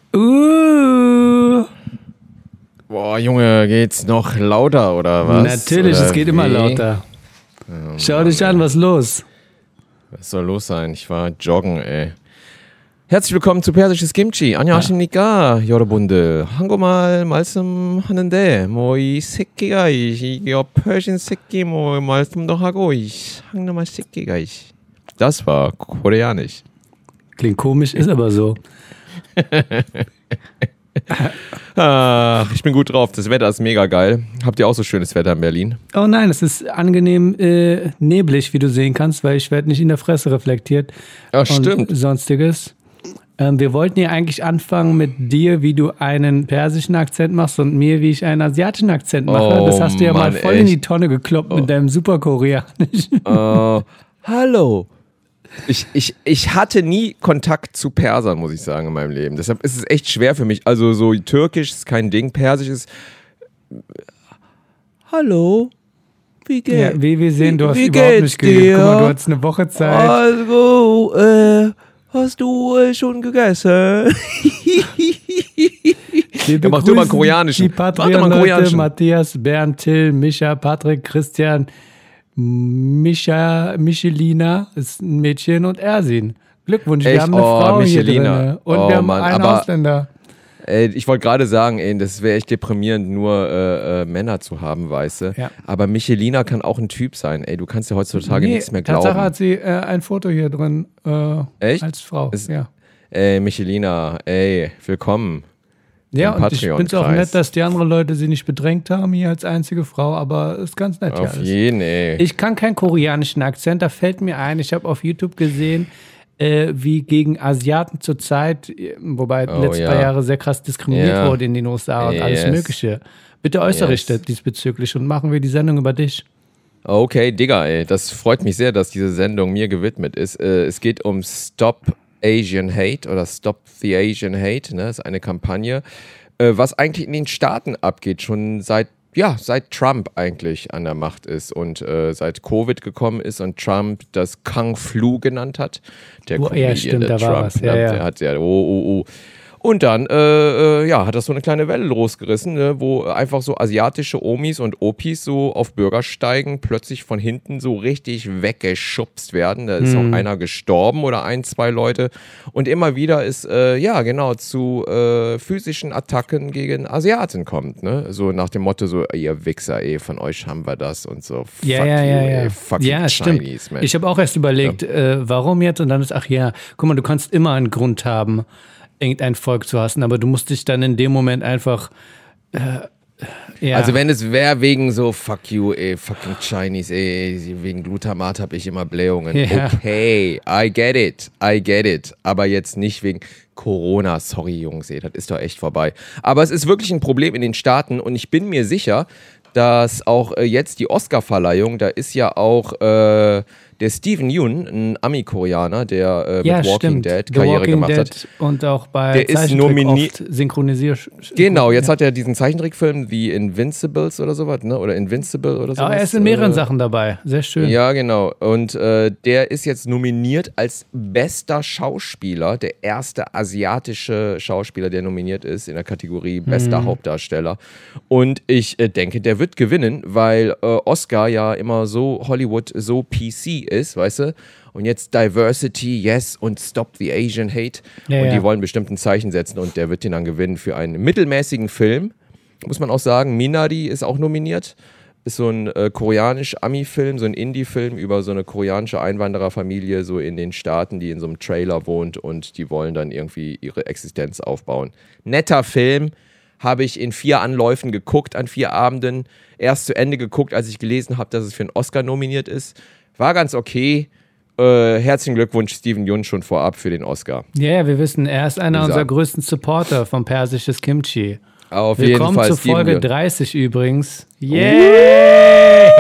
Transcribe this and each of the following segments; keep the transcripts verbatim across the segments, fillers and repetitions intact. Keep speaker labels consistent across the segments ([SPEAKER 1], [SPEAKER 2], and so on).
[SPEAKER 1] Uh.
[SPEAKER 2] Boah, Junge, geht's noch lauter oder was?
[SPEAKER 1] Natürlich,
[SPEAKER 2] oder
[SPEAKER 1] es geht
[SPEAKER 2] wie?
[SPEAKER 1] immer lauter.
[SPEAKER 2] Oh,
[SPEAKER 1] Schau
[SPEAKER 2] Mann,
[SPEAKER 1] dich an, was ist los?
[SPEAKER 2] Was soll los sein? Ich war joggen, ey. Herzlich willkommen zu Persisches Kimchi. 안녕하십니까, 여러분들. 한국말 말씀하는데 뭐 이 새끼가 이거 Persian 새끼 뭐 말씀도 하고 이 한국말 새끼가 이. Das war koreanisch.
[SPEAKER 1] Klingt komisch, ist aber so.
[SPEAKER 2] Ach, ich bin gut drauf. Das Wetter ist mega geil. Habt ihr auch so schönes Wetter in Berlin?
[SPEAKER 1] Oh nein, es ist angenehm äh, neblig, wie du sehen kannst, weil ich werde nicht in der Fresse reflektiert.
[SPEAKER 2] Ja,
[SPEAKER 1] und
[SPEAKER 2] stimmt.
[SPEAKER 1] Sonstiges. Ähm, wir wollten ja eigentlich anfangen mit dir, wie du einen persischen Akzent machst und mir, wie ich einen asiatischen Akzent mache.
[SPEAKER 2] Oh,
[SPEAKER 1] das hast du ja
[SPEAKER 2] Mann,
[SPEAKER 1] mal voll
[SPEAKER 2] echt?
[SPEAKER 1] in die Tonne gekloppt
[SPEAKER 2] Oh.
[SPEAKER 1] mit deinem Superkoreanischen.
[SPEAKER 2] Uh, hallo. Ich, ich, ich hatte nie Kontakt zu Persern, muss ich sagen, in meinem Leben. Deshalb ist es echt schwer für mich. Also so Türkisch ist kein Ding, Persisch ist... Hallo, wie geht's?
[SPEAKER 1] Ja, wie wir sehen, du hast
[SPEAKER 2] wie
[SPEAKER 1] überhaupt
[SPEAKER 2] geht's
[SPEAKER 1] nicht geübt.
[SPEAKER 2] dir?
[SPEAKER 1] Guck mal, du hattest eine Woche Zeit.
[SPEAKER 2] Also, äh, hast du äh, schon gegessen?
[SPEAKER 1] Wir
[SPEAKER 2] Ja, mach du mal
[SPEAKER 1] begrüßen
[SPEAKER 2] Koreanischen.
[SPEAKER 1] Die
[SPEAKER 2] Mach doch mal
[SPEAKER 1] Patreon-Leute,
[SPEAKER 2] Koreanischen.
[SPEAKER 1] Matthias, Bernd, Till, Micha, Patrick, Christian, Micha, Michelina, ist ein Mädchen und Ersin. Glückwunsch, wir
[SPEAKER 2] Echt?
[SPEAKER 1] haben eine
[SPEAKER 2] Oh,
[SPEAKER 1] Frau
[SPEAKER 2] Michelina.
[SPEAKER 1] hier drin. Und
[SPEAKER 2] Oh,
[SPEAKER 1] wir haben
[SPEAKER 2] Mann,
[SPEAKER 1] einen
[SPEAKER 2] aber-
[SPEAKER 1] Ausländer.
[SPEAKER 2] Ey, ich wollte gerade sagen, ey, das wäre echt deprimierend, nur äh, äh, Männer zu haben, weißt du.
[SPEAKER 1] Ja.
[SPEAKER 2] Aber Michelina kann auch ein Typ sein. Ey, du kannst ja heutzutage
[SPEAKER 1] Nee,
[SPEAKER 2] nichts mehr glauben.
[SPEAKER 1] Tatsache hat sie äh, ein Foto hier drin. Äh,
[SPEAKER 2] Echt?
[SPEAKER 1] Als Frau.
[SPEAKER 2] Ist-
[SPEAKER 1] ja.
[SPEAKER 2] Ey, Michelina, ey, willkommen.
[SPEAKER 1] Ja,
[SPEAKER 2] im
[SPEAKER 1] und ich finde es auch
[SPEAKER 2] Patreon-Kreis.
[SPEAKER 1] nett, dass die anderen Leute sie nicht bedrängt haben, hier als einzige Frau, aber ist ganz nett.
[SPEAKER 2] Auf
[SPEAKER 1] ja, alles.
[SPEAKER 2] jeden, ey.
[SPEAKER 1] Ich kann keinen koreanischen Akzent, da fällt mir ein, ich habe auf YouTube gesehen, äh, wie gegen Asiaten zurzeit, äh, wobei
[SPEAKER 2] Oh,
[SPEAKER 1] letzte
[SPEAKER 2] ja.
[SPEAKER 1] paar Jahre sehr krass diskriminiert
[SPEAKER 2] Ja.
[SPEAKER 1] wurde in den U S A und alles
[SPEAKER 2] Yes.
[SPEAKER 1] Mögliche. Bitte äußere
[SPEAKER 2] Yes.
[SPEAKER 1] dich diesbezüglich und machen wir die Sendung über dich.
[SPEAKER 2] Okay, Digga, ey, das freut mich sehr, dass diese Sendung mir gewidmet ist. Äh, es geht um Stop Asian Hate oder Stop the Asian Hate, ne? Das ist eine Kampagne, äh, was eigentlich in den Staaten abgeht, schon seit ja, seit Trump eigentlich an der Macht ist und äh, seit Covid gekommen ist und Trump das Kung Flu genannt hat. Der
[SPEAKER 1] Oh, ja,
[SPEAKER 2] Comedian,
[SPEAKER 1] stimmt,
[SPEAKER 2] der
[SPEAKER 1] da war
[SPEAKER 2] Trump,
[SPEAKER 1] was. Ja,
[SPEAKER 2] ne?
[SPEAKER 1] ja.
[SPEAKER 2] Der hat ja, oh, oh, oh. Und dann, äh, äh, ja, hat das so eine kleine Welle losgerissen, ne, wo einfach so asiatische Omis und Opis so auf Bürgersteigen plötzlich von hinten so richtig weggeschubst werden. Da ist
[SPEAKER 1] Mhm.
[SPEAKER 2] auch einer gestorben oder ein, zwei Leute. Und immer wieder ist, äh, ja, genau, zu äh, physischen Attacken gegen Asiaten kommt, ne? So nach dem Motto so, ihr Wichser, ey, von euch haben wir das und so. Fuck
[SPEAKER 1] Ja, ja,
[SPEAKER 2] you,
[SPEAKER 1] ja,
[SPEAKER 2] ey,
[SPEAKER 1] ja.
[SPEAKER 2] fuck
[SPEAKER 1] Ja,
[SPEAKER 2] you
[SPEAKER 1] stimmt.
[SPEAKER 2] Chinese, man.
[SPEAKER 1] Ich habe auch erst überlegt, äh, warum jetzt? Und dann ist, ach ja, guck mal, du kannst immer einen Grund haben, irgendein Volk zu hassen, aber du musst dich dann in dem Moment einfach äh, ja.
[SPEAKER 2] Also wenn es wäre wegen so, fuck you, ey, fucking Chinese, ey, wegen Glutamat habe ich immer Blähungen.
[SPEAKER 1] Ja.
[SPEAKER 2] Okay, I get it, I get it. Aber jetzt nicht wegen Corona, sorry Jungs, ey, das ist doch echt vorbei. Aber es ist wirklich ein Problem in den Staaten und ich bin mir sicher, dass auch äh, jetzt die Oscar-Verleihung, da ist ja auch äh, der Steven Yeun, ein Ami-Koreaner, der äh,
[SPEAKER 1] ja,
[SPEAKER 2] mit Walking
[SPEAKER 1] stimmt.
[SPEAKER 2] Dead
[SPEAKER 1] The
[SPEAKER 2] Karriere
[SPEAKER 1] Walking
[SPEAKER 2] gemacht
[SPEAKER 1] Dead
[SPEAKER 2] hat.
[SPEAKER 1] Und auch bei
[SPEAKER 2] Der ist
[SPEAKER 1] Zeichentrick
[SPEAKER 2] nomini-
[SPEAKER 1] oft synchronisiert.
[SPEAKER 2] Genau, jetzt
[SPEAKER 1] ja.
[SPEAKER 2] hat er diesen Zeichentrickfilm wie Invincibles oder sowas, ne? Oder Invincible oder sowas.
[SPEAKER 1] Aber er ist in mehreren
[SPEAKER 2] äh,
[SPEAKER 1] Sachen dabei. Sehr schön.
[SPEAKER 2] Ja, genau. Und äh, der ist jetzt nominiert als bester Schauspieler, der erste asiatische Schauspieler, der nominiert ist in der Kategorie bester
[SPEAKER 1] Mhm.
[SPEAKER 2] Hauptdarsteller. Und ich äh, denke, der wird gewinnen, weil äh, Oscar ja immer so Hollywood, so P C ist, weißt du? Und jetzt Diversity, yes, und Stop the Asian Hate.
[SPEAKER 1] Ja,
[SPEAKER 2] und
[SPEAKER 1] ja.
[SPEAKER 2] die wollen bestimmt ein Zeichen setzen und der wird den dann gewinnen für einen mittelmäßigen Film. Muss man auch sagen, Minari ist auch nominiert. Ist so ein äh, koreanisch-Ami-Film, so ein Indie-Film über so eine koreanische Einwandererfamilie so in den Staaten, die in so einem Trailer wohnt und die wollen dann irgendwie ihre Existenz aufbauen. Netter Film, habe ich in vier Anläufen geguckt, an vier Abenden. Erst zu Ende geguckt, als ich gelesen habe, dass es für einen Oscar nominiert ist. War ganz okay. Äh, herzlichen Glückwunsch, Steven Yeun, schon vorab für den Oscar.
[SPEAKER 1] Ja, ja, wir wissen, er ist einer
[SPEAKER 2] Wie
[SPEAKER 1] unserer
[SPEAKER 2] gesagt.
[SPEAKER 1] größten Supporter vom Persisches Kimchi.
[SPEAKER 2] Auf
[SPEAKER 1] Willkommen
[SPEAKER 2] jeden Fall
[SPEAKER 1] zur
[SPEAKER 2] Steven
[SPEAKER 1] Folge
[SPEAKER 2] Yeun.
[SPEAKER 1] dreißig übrigens. Yay!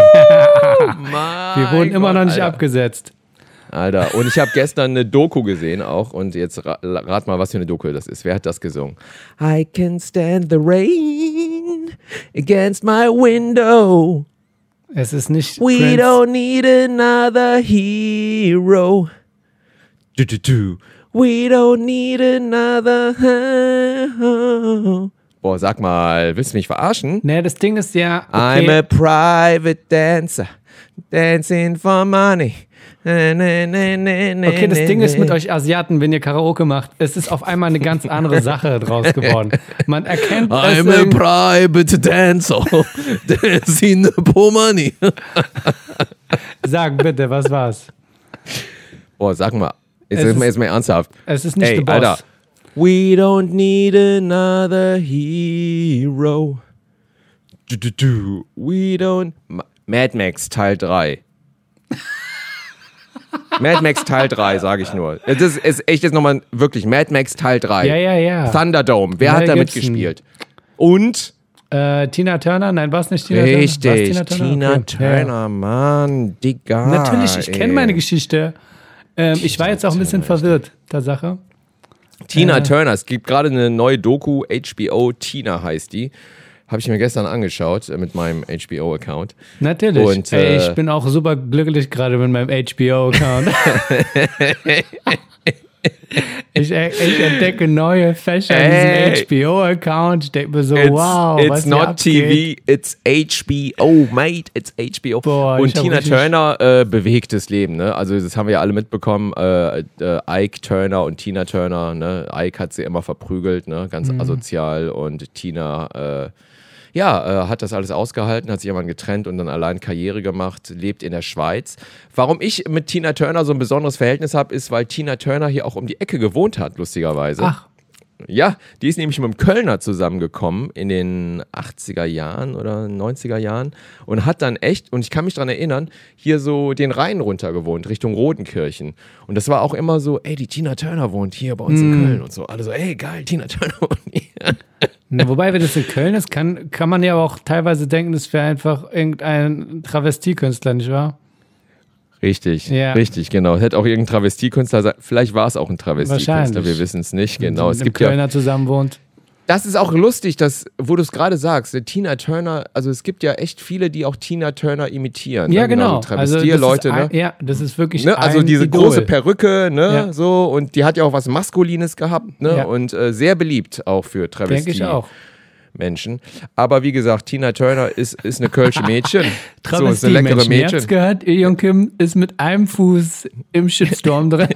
[SPEAKER 1] Wir wurden immer noch nicht
[SPEAKER 2] Alter.
[SPEAKER 1] abgesetzt.
[SPEAKER 2] Alter, und ich habe gestern eine Doku gesehen auch und jetzt ra rat mal, was für eine Doku das ist. Wer hat das gesungen? I can stand the rain against my window.
[SPEAKER 1] Es ist nicht
[SPEAKER 2] We
[SPEAKER 1] Prince.
[SPEAKER 2] don't need another hero. Du, du, du. We don't need another. Boah, sag mal, willst du mich verarschen?
[SPEAKER 1] Nee, das Ding ist ja. Okay.
[SPEAKER 2] I'm a private dancer, dancing for money.
[SPEAKER 1] Okay, das Ding ist mit euch Asiaten, wenn ihr Karaoke macht, es ist auf einmal eine ganz andere Sache draus geworden. Man erkennt
[SPEAKER 2] I'm a private dancer, dancing for money.
[SPEAKER 1] Sag bitte, was war's?
[SPEAKER 2] Boah, sag mal, jetzt
[SPEAKER 1] Es
[SPEAKER 2] ist mal
[SPEAKER 1] ist-
[SPEAKER 2] jetzt mal ernsthaft.
[SPEAKER 1] Es ist nicht
[SPEAKER 2] Ey,
[SPEAKER 1] The Boss.
[SPEAKER 2] Alter. We don't need another hero. Du, du, du. We don't... Ma- Mad Max Teil drei. Mad Max Teil drei, sage ich nur. Das ist, ist echt jetzt nochmal wirklich Mad Max Teil drei.
[SPEAKER 1] Ja, ja, ja.
[SPEAKER 2] Thunderdome. Wer
[SPEAKER 1] Mel
[SPEAKER 2] hat da
[SPEAKER 1] Gibson.
[SPEAKER 2] mitgespielt? Und...
[SPEAKER 1] Äh, Tina Turner? Nein, war es nicht Tina Turner?
[SPEAKER 2] Richtig,
[SPEAKER 1] War's
[SPEAKER 2] Tina Turner,
[SPEAKER 1] Okay. Ja, ja.
[SPEAKER 2] Mann, Digga.
[SPEAKER 1] Natürlich, ich kenne
[SPEAKER 2] ey.
[SPEAKER 1] meine Geschichte. Ähm, ich war jetzt auch ein bisschen verwirrt, Tatsache.
[SPEAKER 2] Tina
[SPEAKER 1] Äh.
[SPEAKER 2] Turner, es gibt gerade eine neue Doku, H B O, Tina heißt die. Habe ich mir gestern angeschaut äh, mit meinem H B O-Account.
[SPEAKER 1] Natürlich.
[SPEAKER 2] Und,
[SPEAKER 1] Ey,
[SPEAKER 2] äh,
[SPEAKER 1] ich bin auch super glücklich gerade mit meinem H B O-Account. ich, ich entdecke neue Fächer in
[SPEAKER 2] Ey.
[SPEAKER 1] diesem H B O-Account. Ich denke mir so,
[SPEAKER 2] It's,
[SPEAKER 1] wow,
[SPEAKER 2] it's
[SPEAKER 1] was hier
[SPEAKER 2] not
[SPEAKER 1] abgeht.
[SPEAKER 2] T V, it's H B O, mate, it's H B O.
[SPEAKER 1] Boah, ich
[SPEAKER 2] Und
[SPEAKER 1] hab
[SPEAKER 2] Tina
[SPEAKER 1] richtig-
[SPEAKER 2] Turner, äh, bewegtes Leben, ne? Also das haben wir ja alle mitbekommen, äh, äh, Ike Turner und Tina Turner, ne? Ike hat sie immer verprügelt, ne? Ganz
[SPEAKER 1] Mhm.
[SPEAKER 2] asozial und Tina, äh, ja, äh, hat das alles ausgehalten, hat sich irgendwann getrennt und dann allein Karriere gemacht, lebt in der Schweiz. Warum ich mit Tina Turner so ein besonderes Verhältnis habe, ist, weil Tina Turner hier auch um die Ecke gewohnt hat, lustigerweise.
[SPEAKER 1] Ach,
[SPEAKER 2] Ja, die ist nämlich mit einem Kölner zusammengekommen in den achtziger Jahren oder neunziger Jahren und hat dann echt, und ich kann mich daran erinnern, hier so den Rhein runter gewohnt, Richtung Rodenkirchen. Und das war auch immer so, ey, die Tina Turner wohnt hier bei uns in Köln und so. Alle so, ey, geil, Tina Turner wohnt hier.
[SPEAKER 1] na, wobei, wenn das in Köln ist, kann, kann man ja auch teilweise denken, das wäre einfach irgendein Travestiekünstler, nicht wahr?
[SPEAKER 2] Richtig,
[SPEAKER 1] Ja.
[SPEAKER 2] richtig, genau. Hätte auch irgendein Travestiekünstler sein. Vielleicht war es auch ein Travestiekünstler,
[SPEAKER 1] Wahrscheinlich.
[SPEAKER 2] wir wissen es nicht genau.
[SPEAKER 1] Wenn
[SPEAKER 2] Es
[SPEAKER 1] man
[SPEAKER 2] gibt
[SPEAKER 1] mit
[SPEAKER 2] ja,
[SPEAKER 1] Kölner zusammen wohnt.
[SPEAKER 2] das ist auch lustig, dass, wo du es gerade sagst, der Tina Turner, also es gibt ja echt viele, die auch Tina Turner imitieren.
[SPEAKER 1] Ja,
[SPEAKER 2] ne?
[SPEAKER 1] genau.
[SPEAKER 2] So
[SPEAKER 1] Also das
[SPEAKER 2] Travestierleute,
[SPEAKER 1] ist ein,
[SPEAKER 2] ne?
[SPEAKER 1] Ja, das ist wirklich
[SPEAKER 2] Ne, also
[SPEAKER 1] ein
[SPEAKER 2] diese
[SPEAKER 1] Idol.
[SPEAKER 2] große Perücke, ne,
[SPEAKER 1] Ja.
[SPEAKER 2] so, und die hat ja auch was Maskulines gehabt, ne,
[SPEAKER 1] Ja.
[SPEAKER 2] und äh, sehr beliebt auch für
[SPEAKER 1] Denke ich auch.
[SPEAKER 2] Travestie-Menschen. Aber wie gesagt, Tina Turner ist, ist eine kölsche Mädchen. so, ist eine leckere
[SPEAKER 1] Travestie-Menschen. Ihr habt's
[SPEAKER 2] Mädchen.
[SPEAKER 1] gehört, Ilion Kim ist mit einem Fuß im Shitstorm drin.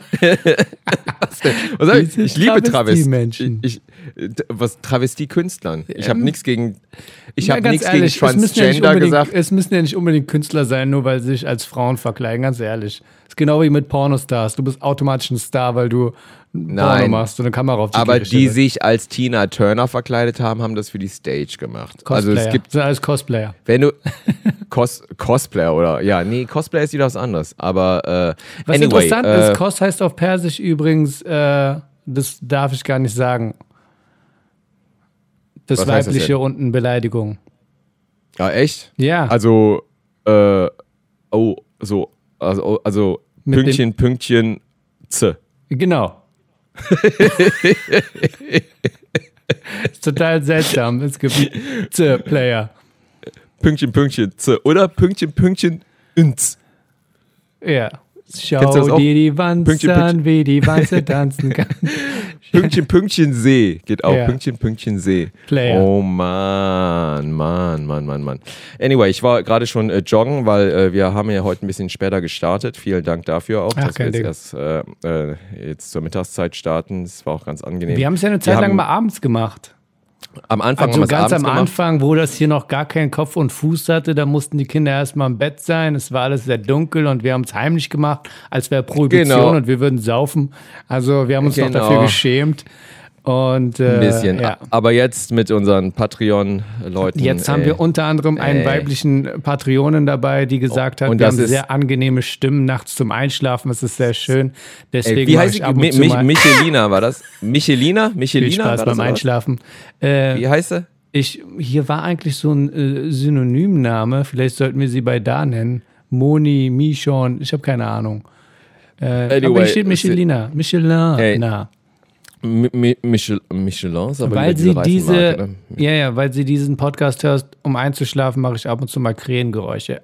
[SPEAKER 2] Was sag ich?
[SPEAKER 1] Diese
[SPEAKER 2] ich liebe Travestie.
[SPEAKER 1] Travestie-Menschen.
[SPEAKER 2] Ich, ich, was Travestie-Künstlern. Ich habe
[SPEAKER 1] Ähm,
[SPEAKER 2] nichts gegen, ich
[SPEAKER 1] Na,
[SPEAKER 2] habe
[SPEAKER 1] ganz
[SPEAKER 2] nichts gegen
[SPEAKER 1] ehrlich, es müssen, ja nicht
[SPEAKER 2] Transgender
[SPEAKER 1] unbedingt,
[SPEAKER 2] gesagt.
[SPEAKER 1] es müssen ja nicht unbedingt Künstler sein, nur weil sie sich als Frauen verkleiden, ganz ehrlich. Das ist genau wie mit Pornostars. Du bist automatisch ein Star, weil du ein Porno
[SPEAKER 2] Nein.
[SPEAKER 1] machst und eine Kamera auf dich
[SPEAKER 2] Aber
[SPEAKER 1] gerichtet
[SPEAKER 2] die
[SPEAKER 1] wird.
[SPEAKER 2] sich als Tina Turner verkleidet haben, haben das für die Stage gemacht. Also
[SPEAKER 1] Cosplayer.
[SPEAKER 2] es gibt
[SPEAKER 1] sind alles Cosplayer.
[SPEAKER 2] Wenn du Cos Cosplayer oder ja, nee, Cosplayer ist wieder was anderes. Aber äh,
[SPEAKER 1] Was
[SPEAKER 2] anyway,
[SPEAKER 1] interessant
[SPEAKER 2] äh,
[SPEAKER 1] ist, Cos heißt auf Persisch übrigens, äh, das darf ich gar nicht sagen. Das
[SPEAKER 2] Was heißt das
[SPEAKER 1] Weibliche
[SPEAKER 2] denn?
[SPEAKER 1] und eine Beleidigung.
[SPEAKER 2] ja echt?
[SPEAKER 1] Ja.
[SPEAKER 2] Also äh, oh, so also, also
[SPEAKER 1] Mit
[SPEAKER 2] Pünktchen, Pünktchen, Z.
[SPEAKER 1] Genau. ist total seltsam. Es gibt Z-Player.
[SPEAKER 2] Pünktchen, Pünktchen, Z. Oder Pünktchen, Pünktchen, Ünz.
[SPEAKER 1] Ja.
[SPEAKER 2] Kennst du das
[SPEAKER 1] Schau
[SPEAKER 2] auch?
[SPEAKER 1] dir die Wanze
[SPEAKER 2] Pünktchen,
[SPEAKER 1] an, wie die Wanze tanzen kann.
[SPEAKER 2] Pünktchen, Pünktchen, See geht auch.
[SPEAKER 1] Ja.
[SPEAKER 2] Pünktchen, Pünktchen, See.
[SPEAKER 1] Player.
[SPEAKER 2] Oh Mann, Mann, Mann, Mann, Mann. Anyway, ich war gerade schon äh, joggen, weil äh, wir haben ja heute ein bisschen später gestartet. Vielen Dank dafür auch,
[SPEAKER 1] Ach,
[SPEAKER 2] dass wir
[SPEAKER 1] kein
[SPEAKER 2] jetzt
[SPEAKER 1] Ding.
[SPEAKER 2] erst äh, äh, jetzt zur Mittagszeit starten. Das war auch ganz angenehm.
[SPEAKER 1] Wir haben es ja eine Zeit
[SPEAKER 2] Wir
[SPEAKER 1] lang
[SPEAKER 2] haben-
[SPEAKER 1] mal abends gemacht.
[SPEAKER 2] Am Anfang
[SPEAKER 1] Also
[SPEAKER 2] haben wir es
[SPEAKER 1] ganz
[SPEAKER 2] abends
[SPEAKER 1] am
[SPEAKER 2] gemacht.
[SPEAKER 1] Anfang, wo das hier noch gar keinen Kopf und Fuß hatte, da mussten die Kinder erstmal im Bett sein. Es war alles sehr dunkel und wir haben es heimlich gemacht, als wäre Prohibition
[SPEAKER 2] Genau.
[SPEAKER 1] und wir würden saufen. Also wir haben uns noch
[SPEAKER 2] Genau.
[SPEAKER 1] dafür geschämt. Und, äh,
[SPEAKER 2] Ein bisschen.
[SPEAKER 1] Ja.
[SPEAKER 2] Aber jetzt mit unseren Patreon-Leuten.
[SPEAKER 1] Jetzt haben
[SPEAKER 2] ey,
[SPEAKER 1] wir unter anderem einen
[SPEAKER 2] ey.
[SPEAKER 1] weiblichen Patreonen dabei, die gesagt hat,
[SPEAKER 2] Und
[SPEAKER 1] wir
[SPEAKER 2] das
[SPEAKER 1] haben
[SPEAKER 2] ist-
[SPEAKER 1] sehr angenehme Stimmen nachts zum Einschlafen. Es ist sehr schön. Deswegen
[SPEAKER 2] Ey, wie
[SPEAKER 1] mache
[SPEAKER 2] heißt
[SPEAKER 1] ich
[SPEAKER 2] sie?
[SPEAKER 1] ab und
[SPEAKER 2] Mi
[SPEAKER 1] zu
[SPEAKER 2] Mi
[SPEAKER 1] mal
[SPEAKER 2] Michelina war das? Michelina?
[SPEAKER 1] viel
[SPEAKER 2] Michelina?
[SPEAKER 1] Spaß
[SPEAKER 2] war das
[SPEAKER 1] beim
[SPEAKER 2] oder was?
[SPEAKER 1] Einschlafen. Äh,
[SPEAKER 2] Wie heißt sie?
[SPEAKER 1] Ich, hier war eigentlich so ein äh, Synonymname, vielleicht sollten wir sie bei da nennen. Moni, Michon, ich habe keine Ahnung. Äh,
[SPEAKER 2] Anyway,
[SPEAKER 1] aber hier steht Michelina. Michelin.
[SPEAKER 2] Ey,
[SPEAKER 1] Na.
[SPEAKER 2] Mi Mi Michel Michelin ist aber
[SPEAKER 1] Weil
[SPEAKER 2] wieder
[SPEAKER 1] sie diese,
[SPEAKER 2] Reifenmarke, ne?
[SPEAKER 1] ja, ja, weil sie diesen Podcast hörst, um einzuschlafen, mache ich ab und zu mal Krähengeräusche. Äh,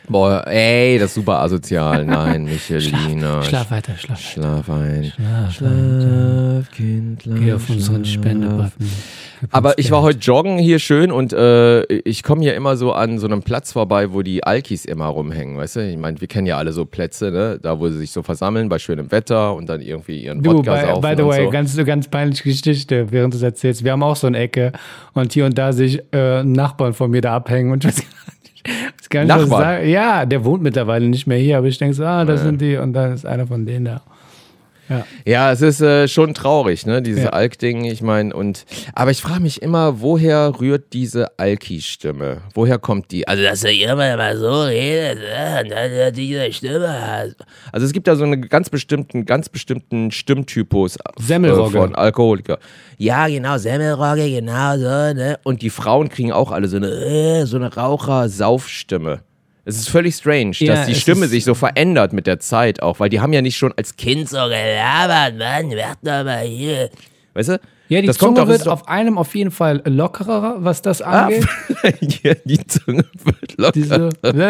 [SPEAKER 2] Boah, ey, das ist super asozial. Nein, Michelina.
[SPEAKER 1] Schlaf, schlaf weiter, schlaf.
[SPEAKER 2] Schlaf ein.
[SPEAKER 1] Schlaf,
[SPEAKER 2] Schlaf Kindlein.
[SPEAKER 1] Geh auf unseren Spendebutton.
[SPEAKER 2] Aber ich war heute joggen hier schön und äh, ich komme hier immer so an so einem Platz vorbei, wo die Alkis immer rumhängen, weißt du? Ich meine, wir kennen ja alle so Plätze, ne? Da wo sie sich so versammeln bei schönem Wetter und dann irgendwie ihren
[SPEAKER 1] Du,
[SPEAKER 2] Wodka
[SPEAKER 1] by,
[SPEAKER 2] saufen
[SPEAKER 1] by the
[SPEAKER 2] und
[SPEAKER 1] way,
[SPEAKER 2] so.
[SPEAKER 1] ganz, ganz peinliche Geschichte, während du es erzählst. Wir haben auch so eine Ecke und hier und da sich äh, Nachbarn von mir da abhängen und ich weiß gar nicht, weiß gar nicht, was ich
[SPEAKER 2] Nachbarn?
[SPEAKER 1] sage. Ja, der wohnt mittlerweile nicht mehr hier, aber ich denke so, ah, das sind die und dann ist einer von denen da. Ja.
[SPEAKER 2] Ja, es ist äh, schon traurig, ne, dieses
[SPEAKER 1] Ja.
[SPEAKER 2] Alk-Ding, ich meine, und, aber ich frage mich immer, woher rührt diese Alki-Stimme? Woher kommt die? Also, dass er immer mal so redet, äh, und dann er diese Stimme hat. Also, es gibt da so einen ganz bestimmten, ganz bestimmten Stimmtypus äh,
[SPEAKER 1] Semmelrogge.
[SPEAKER 2] von Alkoholiker. Ja, genau, Semmelrogge, genau so, ne, und die Frauen kriegen auch alle so eine, äh, so eine Raucher-Saufstimme. Es ist völlig strange,
[SPEAKER 1] Ja,
[SPEAKER 2] dass die
[SPEAKER 1] es
[SPEAKER 2] Stimme
[SPEAKER 1] ist-
[SPEAKER 2] sich so verändert mit der Zeit auch, weil die haben ja nicht schon als Kind so gelabert, Mann, werd doch mal hier. Weißt du?
[SPEAKER 1] Ja, die
[SPEAKER 2] das
[SPEAKER 1] Zunge
[SPEAKER 2] kommt doch,
[SPEAKER 1] wird
[SPEAKER 2] ist
[SPEAKER 1] auf einem auf jeden Fall lockerer, was das
[SPEAKER 2] doch, ah,
[SPEAKER 1] angeht.
[SPEAKER 2] ja, die Zunge wird locker.
[SPEAKER 1] Diese,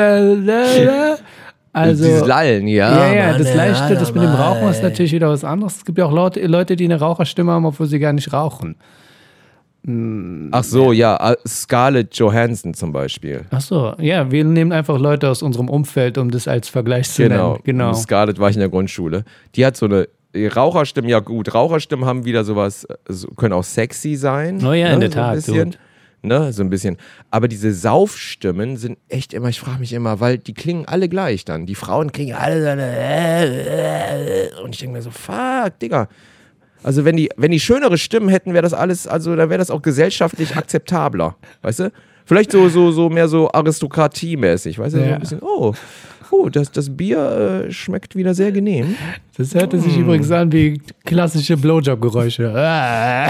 [SPEAKER 1] also,
[SPEAKER 2] Dieses Lallen, ja.
[SPEAKER 1] ja, ja,
[SPEAKER 2] Mann,
[SPEAKER 1] das Leichte,
[SPEAKER 2] ja,
[SPEAKER 1] das mit dem
[SPEAKER 2] Mann,
[SPEAKER 1] Rauchen ist
[SPEAKER 2] ey.
[SPEAKER 1] natürlich wieder was anderes. Es gibt ja auch Leute, Leute die eine Raucherstimme haben, obwohl sie gar nicht rauchen.
[SPEAKER 2] Ach so, ja, äh, Scarlett Johansson zum Beispiel.
[SPEAKER 1] Ach so, ja, wir nehmen einfach Leute aus unserem Umfeld, um das als Vergleich zu
[SPEAKER 2] Genau,
[SPEAKER 1] nennen. Genau.
[SPEAKER 2] Scarlett war ich in der Grundschule. Die hat so eine die Raucherstimmen, ja gut, Raucherstimmen haben wieder sowas, so, können auch sexy sein.
[SPEAKER 1] Oh ja,
[SPEAKER 2] ne,
[SPEAKER 1] in der
[SPEAKER 2] so ein
[SPEAKER 1] Tat,
[SPEAKER 2] bisschen.
[SPEAKER 1] du.
[SPEAKER 2] Ne, so ein bisschen. Aber diese Saufstimmen sind echt immer, ich frage mich immer, weil die klingen alle gleich dann. Die Frauen klingen alle so eine und ich denke mir so, fuck, Digga. Also wenn die, wenn die schönere Stimmen hätten, wäre das alles, also da wäre das auch gesellschaftlich akzeptabler, weißt du? Vielleicht so, so, so mehr so aristokratiemäßig, weißt du? So
[SPEAKER 1] Ja.
[SPEAKER 2] ein bisschen, oh, oh das, das Bier äh, schmeckt wieder sehr genehm.
[SPEAKER 1] Das hörte sich übrigens an wie klassische Blowjob-Geräusche. Ah.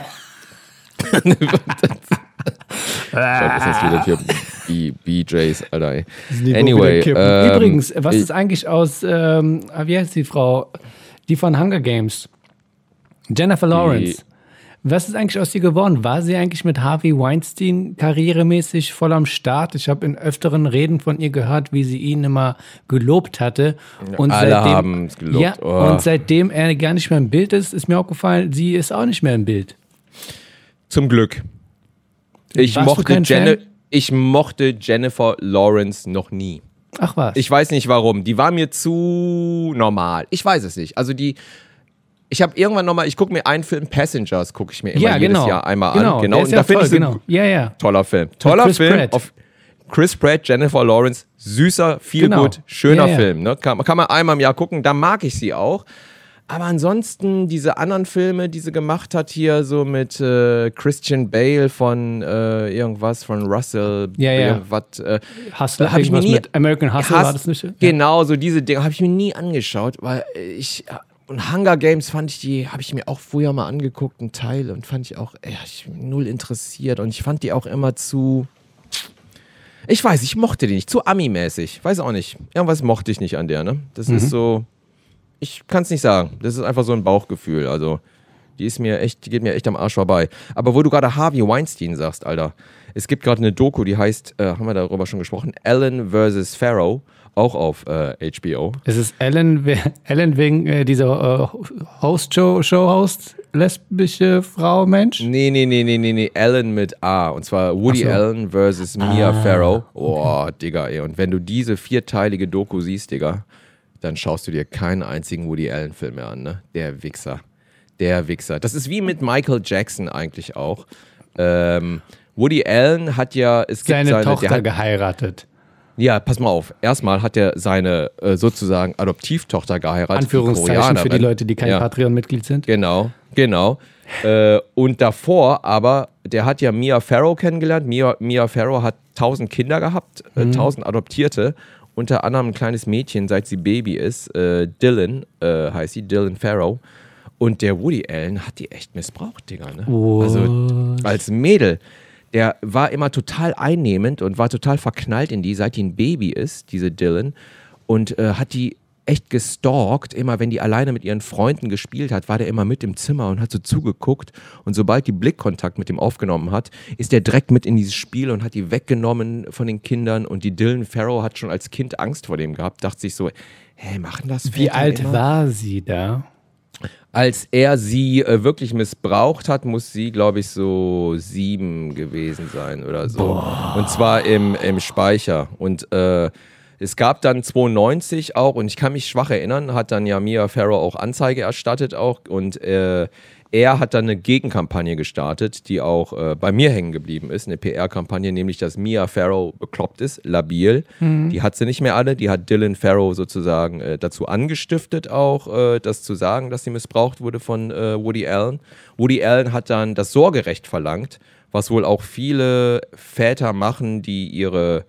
[SPEAKER 2] Schau, das ist wieder hier B- B Js, Alter. Ey.
[SPEAKER 1] Das Niveau
[SPEAKER 2] Anyway,
[SPEAKER 1] wieder kippen.
[SPEAKER 2] ähm,
[SPEAKER 1] Übrigens, was
[SPEAKER 2] ich-
[SPEAKER 1] ist eigentlich aus, ähm, wie heißt die Frau? Die von Hunger Games. Jennifer Lawrence. Was ist eigentlich aus ihr geworden? War sie eigentlich mit Harvey Weinstein karrieremäßig voll am Start? Ich habe in öfteren Reden von ihr gehört, wie sie ihn immer gelobt hatte. Und
[SPEAKER 2] alle
[SPEAKER 1] seitdem,
[SPEAKER 2] haben es gelobt.
[SPEAKER 1] Ja,
[SPEAKER 2] Oh.
[SPEAKER 1] und seitdem er gar nicht mehr im Bild ist, ist mir aufgefallen, sie ist auch nicht mehr im Bild.
[SPEAKER 2] Zum Glück. Ich
[SPEAKER 1] Warst du
[SPEAKER 2] mochte,
[SPEAKER 1] kein
[SPEAKER 2] Jenni-
[SPEAKER 1] Fan?
[SPEAKER 2] ich mochte Jennifer Lawrence noch nie.
[SPEAKER 1] Ach was.
[SPEAKER 2] Ich weiß nicht warum. Die war mir zu normal. Ich weiß es nicht. Also die. Ich habe irgendwann nochmal, ich gucke mir einen Film, Passengers, gucke ich mir immer
[SPEAKER 1] ja,
[SPEAKER 2] jedes
[SPEAKER 1] genau.
[SPEAKER 2] Jahr einmal
[SPEAKER 1] genau.
[SPEAKER 2] an. Genau.
[SPEAKER 1] Der ist
[SPEAKER 2] Und
[SPEAKER 1] ja
[SPEAKER 2] da finde
[SPEAKER 1] toll,
[SPEAKER 2] ich so
[SPEAKER 1] genau. Ja, ja.
[SPEAKER 2] toller Film. Toller
[SPEAKER 1] Chris
[SPEAKER 2] Film.
[SPEAKER 1] Pratt.
[SPEAKER 2] Auf Chris Pratt, Jennifer Lawrence, süßer, viel
[SPEAKER 1] Genau.
[SPEAKER 2] gut, schöner
[SPEAKER 1] Ja, ja.
[SPEAKER 2] Film. Ne? Kann, kann man einmal im Jahr gucken, da mag ich sie auch. Aber ansonsten, diese anderen Filme, die sie gemacht hat, hier so mit äh, Christian Bale von äh, irgendwas, von Russell,
[SPEAKER 1] Ja, ja.
[SPEAKER 2] irgendwas. Äh,
[SPEAKER 1] Hustle,
[SPEAKER 2] hab ich mir
[SPEAKER 1] irgendwas
[SPEAKER 2] nie-
[SPEAKER 1] mit American Hustle
[SPEAKER 2] Hass-
[SPEAKER 1] war das nicht? Ja.
[SPEAKER 2] Genau, so diese Dinge habe ich mir nie angeschaut, weil ich. Und Hunger Games fand ich die, habe ich mir auch früher mal angeguckt, einen Teil, und fand ich auch, ey, ich bin null interessiert. Und ich fand die auch immer zu. Ich weiß, ich mochte die nicht, zu Ami-mäßig. Weiß auch nicht. Irgendwas mochte ich nicht an der, ne? Das
[SPEAKER 1] Mhm.
[SPEAKER 2] ist so. Ich kann es nicht sagen. Das ist einfach so ein Bauchgefühl. Also, die ist mir echt, die geht mir echt am Arsch vorbei. Aber wo du gerade Harvey Weinstein sagst, Alter, es gibt gerade eine Doku, die heißt, äh, haben wir darüber schon gesprochen, Ellen versus Pharaoh, auch auf äh, H B O.
[SPEAKER 1] Es ist Ellen, we- Ellen wegen äh, dieser äh, Host-Show, Show-Host, lesbische Frau, Mensch.
[SPEAKER 2] Nee, nee, nee, nee, nee, nee, Ellen mit A. Und zwar Woody
[SPEAKER 1] Ach so.
[SPEAKER 2] Allen versus Mia
[SPEAKER 1] Ah,
[SPEAKER 2] Farrow. Boah, Digga, ey. Und wenn du diese vierteilige Doku siehst, Digga, dann schaust du dir keinen einzigen Woody Allen-Film mehr an, ne? Der Wichser. Der Wichser. Das ist wie mit Michael Jackson eigentlich auch. Ähm, Woody Allen hat ja, es gibt
[SPEAKER 1] Seine,
[SPEAKER 2] seine,
[SPEAKER 1] Tochter
[SPEAKER 2] der hat,
[SPEAKER 1] geheiratet.
[SPEAKER 2] ja, pass mal auf. Erstmal hat er seine äh, sozusagen Adoptivtochter geheiratet. die
[SPEAKER 1] Anführungszeichen für die
[SPEAKER 2] Koreanerin.
[SPEAKER 1] Leute, die kein
[SPEAKER 2] Ja.
[SPEAKER 1] Patreon-Mitglied sind.
[SPEAKER 2] Genau, genau. äh, und davor aber, der hat ja Mia Farrow kennengelernt. Mia, Mia Farrow hat tausend Kinder gehabt, äh, tausend Adoptierte. Unter anderem ein kleines Mädchen, seit sie Baby ist. Äh, Dylan äh, heißt sie, Dylan Farrow. Und der Woody Allen hat die echt missbraucht, Digga. Ne? Also als Mädel. Der war immer total einnehmend und war total verknallt in die, seit die ein Baby ist, diese Dylan. Und äh, hat die echt gestalkt. Immer wenn die alleine mit ihren Freunden gespielt hat, war der immer mit im Zimmer und hat so zugeguckt. Und sobald die Blickkontakt mit dem aufgenommen hat, ist der direkt mit in dieses Spiel und hat die weggenommen von den Kindern. Und die Dylan Farrow hat schon als Kind Angst vor dem gehabt, dachte sich so, hä, machen das
[SPEAKER 1] Wie alt
[SPEAKER 2] immer?
[SPEAKER 1] war sie da?
[SPEAKER 2] Als er sie äh, wirklich missbraucht hat, muss sie, glaube ich, so sieben gewesen sein oder so. Boah. Und zwar im, im Speicher. Und äh, es gab dann zweiundneunzig auch, und ich kann mich schwach erinnern, hat dann ja Mia Farrow auch Anzeige erstattet auch. Und äh, er hat dann eine Gegenkampagne gestartet, die auch äh, bei mir hängen geblieben ist. Eine P R-Kampagne, nämlich, dass Mia Farrow bekloppt ist, labil. Mhm. Die hat sie nicht mehr alle. Die hat Dylan Farrow sozusagen äh, dazu angestiftet, auch äh, das zu sagen, dass sie missbraucht wurde von äh, Woody Allen. Woody Allen hat dann das Sorgerecht verlangt, was wohl auch viele Väter machen, die ihre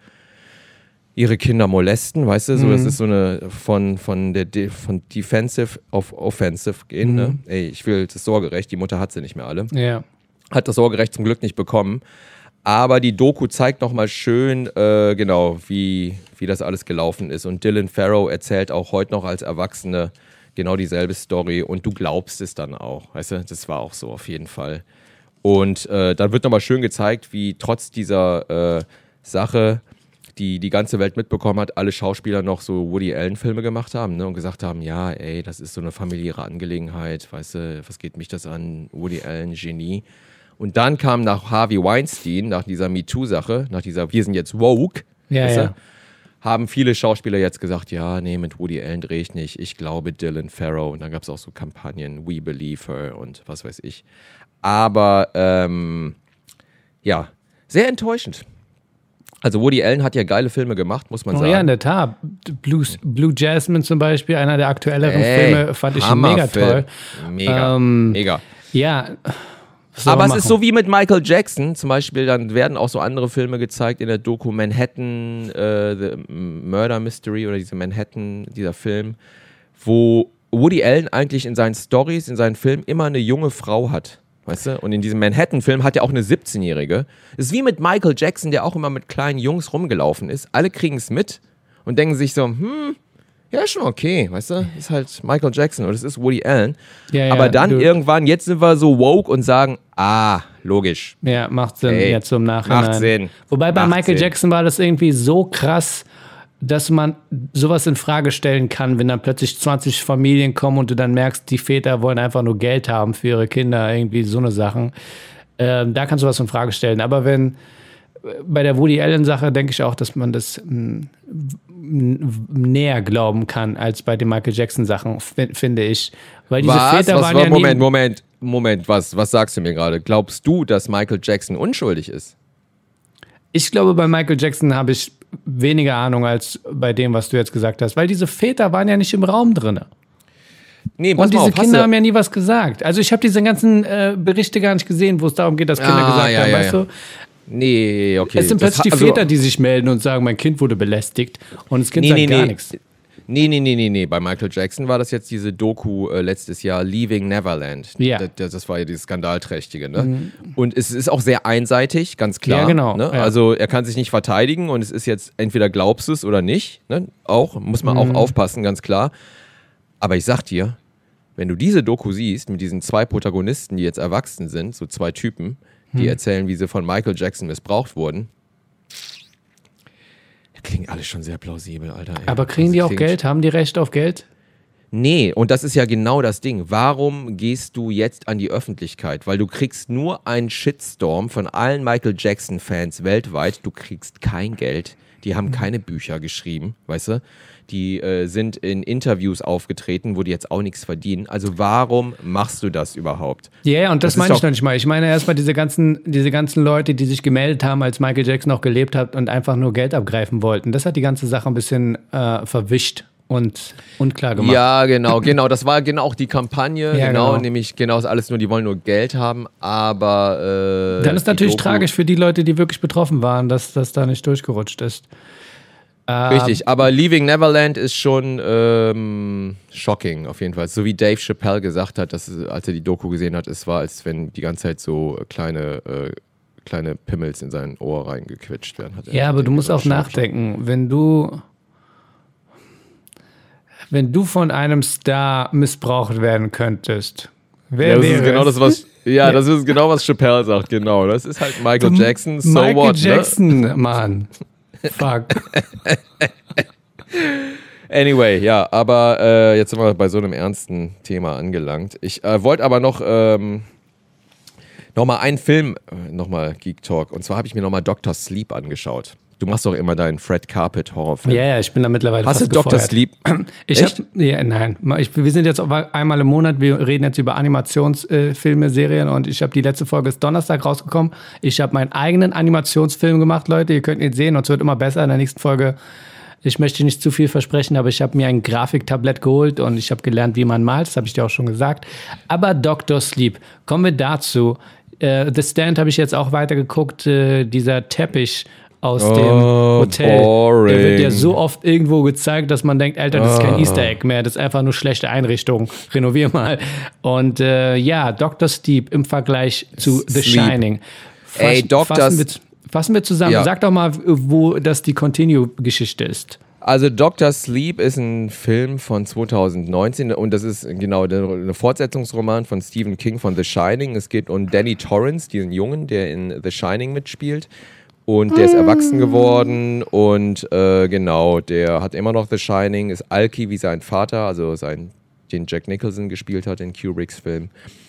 [SPEAKER 2] ihre Kinder molesten, weißt du, so, mhm. das ist so eine von, von der De- von Defensive auf Offensive gehen, mhm. ne? Ey, ich will das Sorgerecht, die Mutter hat sie nicht mehr alle.
[SPEAKER 1] Ja.
[SPEAKER 2] Hat das Sorgerecht zum Glück nicht bekommen, aber die Doku zeigt nochmal schön, äh, genau, wie, wie das alles gelaufen ist, und Dylan Farrow erzählt auch heute noch als Erwachsene genau dieselbe Story, und du glaubst es dann auch, weißt du, das war auch so auf jeden Fall. Und äh, dann wird nochmal schön gezeigt, wie trotz dieser äh, Sache, die die ganze Welt mitbekommen hat, alle Schauspieler noch so Woody Allen-Filme gemacht haben, ne, und gesagt haben, ja, ey, das ist so eine familiäre Angelegenheit, weißt du, was geht mich das an, Woody Allen, Genie. Und dann kam nach Harvey Weinstein, nach dieser MeToo-Sache, nach dieser Wir sind jetzt woke,
[SPEAKER 1] ja,
[SPEAKER 2] weißt du,
[SPEAKER 1] ja.
[SPEAKER 2] haben viele Schauspieler jetzt gesagt, ja, nee, mit Woody Allen drehe ich nicht, ich glaube Dylan Farrow. Und dann gab es auch so Kampagnen, We Believe Her und was weiß ich. Aber, ähm, ja, sehr enttäuschend. Also Woody Allen hat ja geile Filme gemacht, muss man
[SPEAKER 1] oh,
[SPEAKER 2] sagen.
[SPEAKER 1] Ja, in der Tat. Blue, Blue Jasmine zum Beispiel, einer der aktuelleren Ey, Filme, fand ich mega toll.
[SPEAKER 2] Mega, ähm, mega.
[SPEAKER 1] Ja.
[SPEAKER 2] Aber es ist so wie mit Michael Jackson, zum Beispiel, dann werden auch so andere Filme gezeigt in der Doku, Manhattan, äh, The Murder Mystery oder diese Manhattan, dieser Film, wo Woody Allen eigentlich in seinen Stories, in seinen Filmen immer eine junge Frau hat. Weißt du? Und in diesem Manhattan-Film hat er auch eine siebzehnjährige. Es ist wie mit Michael Jackson, der auch immer mit kleinen Jungs rumgelaufen ist. Alle kriegen es mit und denken sich so, hm, ja, ist schon okay, weißt du? Ist halt Michael Jackson oder es ist Woody Allen.
[SPEAKER 1] Ja, ja,
[SPEAKER 2] aber dann
[SPEAKER 1] du,
[SPEAKER 2] irgendwann, jetzt sind wir so woke und sagen, ah, logisch.
[SPEAKER 1] Ja, macht Sinn,
[SPEAKER 2] Ey,
[SPEAKER 1] jetzt zum Nachhinein.
[SPEAKER 2] Macht Sinn.
[SPEAKER 1] Wobei bei
[SPEAKER 2] macht
[SPEAKER 1] Michael
[SPEAKER 2] Sinn.
[SPEAKER 1] Jackson war das irgendwie so krass, dass man sowas in Frage stellen kann, wenn dann plötzlich zwanzig Familien kommen und du dann merkst, die Väter wollen einfach nur Geld haben für ihre Kinder, irgendwie so eine Sachen. Ähm, da kannst du was in Frage stellen. Aber wenn bei der Woody Allen-Sache denke ich auch, dass man das m, m, näher glauben kann als bei den Michael Jackson-Sachen, f- finde ich. Weil diese
[SPEAKER 2] was?
[SPEAKER 1] Väter
[SPEAKER 2] was
[SPEAKER 1] waren
[SPEAKER 2] war,
[SPEAKER 1] ja
[SPEAKER 2] Moment,
[SPEAKER 1] nie...
[SPEAKER 2] Moment, Moment, was, was sagst du mir gerade? Glaubst du, dass Michael Jackson unschuldig ist?
[SPEAKER 1] Ich glaube, bei Michael Jackson habe ich weniger Ahnung als bei dem, was du jetzt gesagt hast, weil diese Väter waren ja nicht im Raum drin.
[SPEAKER 2] Nee, pass
[SPEAKER 1] und diese
[SPEAKER 2] mal auf,
[SPEAKER 1] Kinder
[SPEAKER 2] du...
[SPEAKER 1] haben ja nie was gesagt. Also ich habe diese ganzen äh, Berichte gar nicht gesehen, wo es darum geht, dass Kinder
[SPEAKER 2] Ah,
[SPEAKER 1] gesagt
[SPEAKER 2] ja,
[SPEAKER 1] haben,
[SPEAKER 2] ja,
[SPEAKER 1] weißt
[SPEAKER 2] ja.
[SPEAKER 1] du?
[SPEAKER 2] Nee, okay.
[SPEAKER 1] Es sind
[SPEAKER 2] Das
[SPEAKER 1] plötzlich
[SPEAKER 2] ha-
[SPEAKER 1] die
[SPEAKER 2] also-
[SPEAKER 1] Väter, die sich melden und sagen, mein Kind wurde belästigt und das Kind
[SPEAKER 2] Nee,
[SPEAKER 1] sagt
[SPEAKER 2] nee,
[SPEAKER 1] gar
[SPEAKER 2] nee.
[SPEAKER 1] nichts.
[SPEAKER 2] Nee, nee, nee, nee, nee. Bei Michael Jackson war das jetzt diese Doku äh, letztes Jahr, Leaving Neverland.
[SPEAKER 1] Ja.
[SPEAKER 2] Das, das war ja dieses Skandalträchtige, ne? Mhm. Und es ist auch sehr einseitig, ganz klar.
[SPEAKER 1] Ja, genau,
[SPEAKER 2] Ne?
[SPEAKER 1] ja.
[SPEAKER 2] Also er kann sich nicht verteidigen und es ist jetzt, entweder glaubst du es oder nicht. Ne? Auch, muss man
[SPEAKER 1] Mhm.
[SPEAKER 2] auch aufpassen, ganz klar. Aber ich sag dir, wenn du diese Doku siehst, mit diesen zwei Protagonisten, die jetzt erwachsen sind, so zwei Typen, die
[SPEAKER 1] Mhm.
[SPEAKER 2] erzählen, wie sie von Michael Jackson missbraucht wurden, klingt alles schon sehr plausibel, Alter. Ey.
[SPEAKER 1] Aber kriegen
[SPEAKER 2] Das
[SPEAKER 1] die auch
[SPEAKER 2] klingt-
[SPEAKER 1] Geld? Haben die Recht auf Geld?
[SPEAKER 2] Nee, und das ist ja genau das Ding. Warum gehst du jetzt an die Öffentlichkeit? Weil du kriegst nur einen Shitstorm von allen Michael Jackson-Fans weltweit. Du kriegst kein Geld. Die haben keine Bücher geschrieben, weißt du? Die äh, sind in Interviews aufgetreten, wo die jetzt auch nichts verdienen. Also warum machst du das überhaupt?
[SPEAKER 1] Ja, yeah, und das,
[SPEAKER 2] Das ist
[SPEAKER 1] meine ich
[SPEAKER 2] doch-
[SPEAKER 1] noch nicht mal. Ich meine erstmal diese ganzen, diese ganzen Leute, die sich gemeldet haben, als Michael Jackson noch gelebt hat und einfach nur Geld abgreifen wollten. Das hat die ganze Sache ein bisschen äh, verwischt und unklar gemacht.
[SPEAKER 2] Ja, genau, genau. Das war genau auch die Kampagne.
[SPEAKER 1] Ja,
[SPEAKER 2] genau,
[SPEAKER 1] genau.
[SPEAKER 2] nämlich genau ist alles nur, die wollen nur Geld haben, aber äh,
[SPEAKER 1] Dann ist
[SPEAKER 2] die
[SPEAKER 1] natürlich
[SPEAKER 2] Doku-
[SPEAKER 1] tragisch für die Leute, die wirklich betroffen waren, dass das da nicht durchgerutscht ist.
[SPEAKER 2] Richtig, aber Leaving Neverland ist schon ähm, shocking auf jeden Fall. So wie Dave Chappelle gesagt hat, dass, es, als er die Doku gesehen hat, es war, als wenn die ganze Zeit so kleine, äh, kleine Pimmels in sein Ohr reingequetscht werden. Hat er-
[SPEAKER 1] Ja, aber
[SPEAKER 2] hat
[SPEAKER 1] du
[SPEAKER 2] er
[SPEAKER 1] musst auch
[SPEAKER 2] gesagt.
[SPEAKER 1] nachdenken, wenn du Wenn du von einem Star missbraucht werden könntest, wer
[SPEAKER 2] ja, das
[SPEAKER 1] wäre
[SPEAKER 2] ist genau
[SPEAKER 1] es?
[SPEAKER 2] das, was Ja, das ist genau, was Chappelle sagt, genau. Das ist halt Michael
[SPEAKER 1] Du,
[SPEAKER 2] Jackson, so
[SPEAKER 1] Michael
[SPEAKER 2] what,
[SPEAKER 1] Jackson, ne? Mann. Fuck.
[SPEAKER 2] Anyway, ja, aber äh, jetzt sind wir bei so einem ernsten Thema angelangt. Ich äh, wollte aber noch ähm, nochmal einen Film, äh, nochmal Geek Talk, und zwar habe ich mir nochmal Doktor Sleep angeschaut. Du machst doch immer deinen Fred Carpet Horrorfilm.
[SPEAKER 1] Ja, ja, ich bin da mittlerweile
[SPEAKER 2] Hast
[SPEAKER 1] fast
[SPEAKER 2] du Doktor
[SPEAKER 1] gefeuert.
[SPEAKER 2] Sleep?
[SPEAKER 1] Ich hab, ja, nein, ich, wir sind jetzt einmal im Monat, wir reden jetzt über Animationsfilme, äh, Serien, und ich habe die letzte Folge ist Donnerstag rausgekommen. Ich habe meinen eigenen Animationsfilm gemacht, Leute, ihr könnt ihn sehen, und es wird immer besser in der nächsten Folge. Ich möchte nicht zu viel versprechen, aber ich habe mir ein Grafiktablett geholt und ich habe gelernt, wie man malt, das habe ich dir auch schon gesagt. Aber Doktor Sleep, kommen wir dazu. Äh, The Stand habe ich jetzt auch weitergeguckt, äh, dieser Teppich aus
[SPEAKER 2] Oh,
[SPEAKER 1] dem Hotel.
[SPEAKER 2] boring.
[SPEAKER 1] Der wird ja so oft irgendwo gezeigt, dass man denkt, Alter, das ist kein
[SPEAKER 2] Ah.
[SPEAKER 1] Easter Egg mehr, das ist einfach nur schlechte Einrichtung. Renovier mal. Und äh, ja, Doktor Sleep im Vergleich zu The
[SPEAKER 2] Sleep.
[SPEAKER 1] Shining. Fass,
[SPEAKER 2] Ey, Doktor
[SPEAKER 1] fassen, wir, fassen wir zusammen.
[SPEAKER 2] Ja.
[SPEAKER 1] Sag doch mal, wo das die Continue-Geschichte ist.
[SPEAKER 2] Also Doktor Sleep ist ein Film von zwanzig neunzehn und das ist genau der eine Fortsetzungsroman von Stephen King von The Shining. Es geht um Danny Torrance, diesen Jungen, der in The Shining mitspielt. Und der ist erwachsen geworden und äh, genau, der hat immer noch The Shining, ist Alki wie sein Vater, also sein, den Jack Nicholson gespielt hat in Kubricks Film.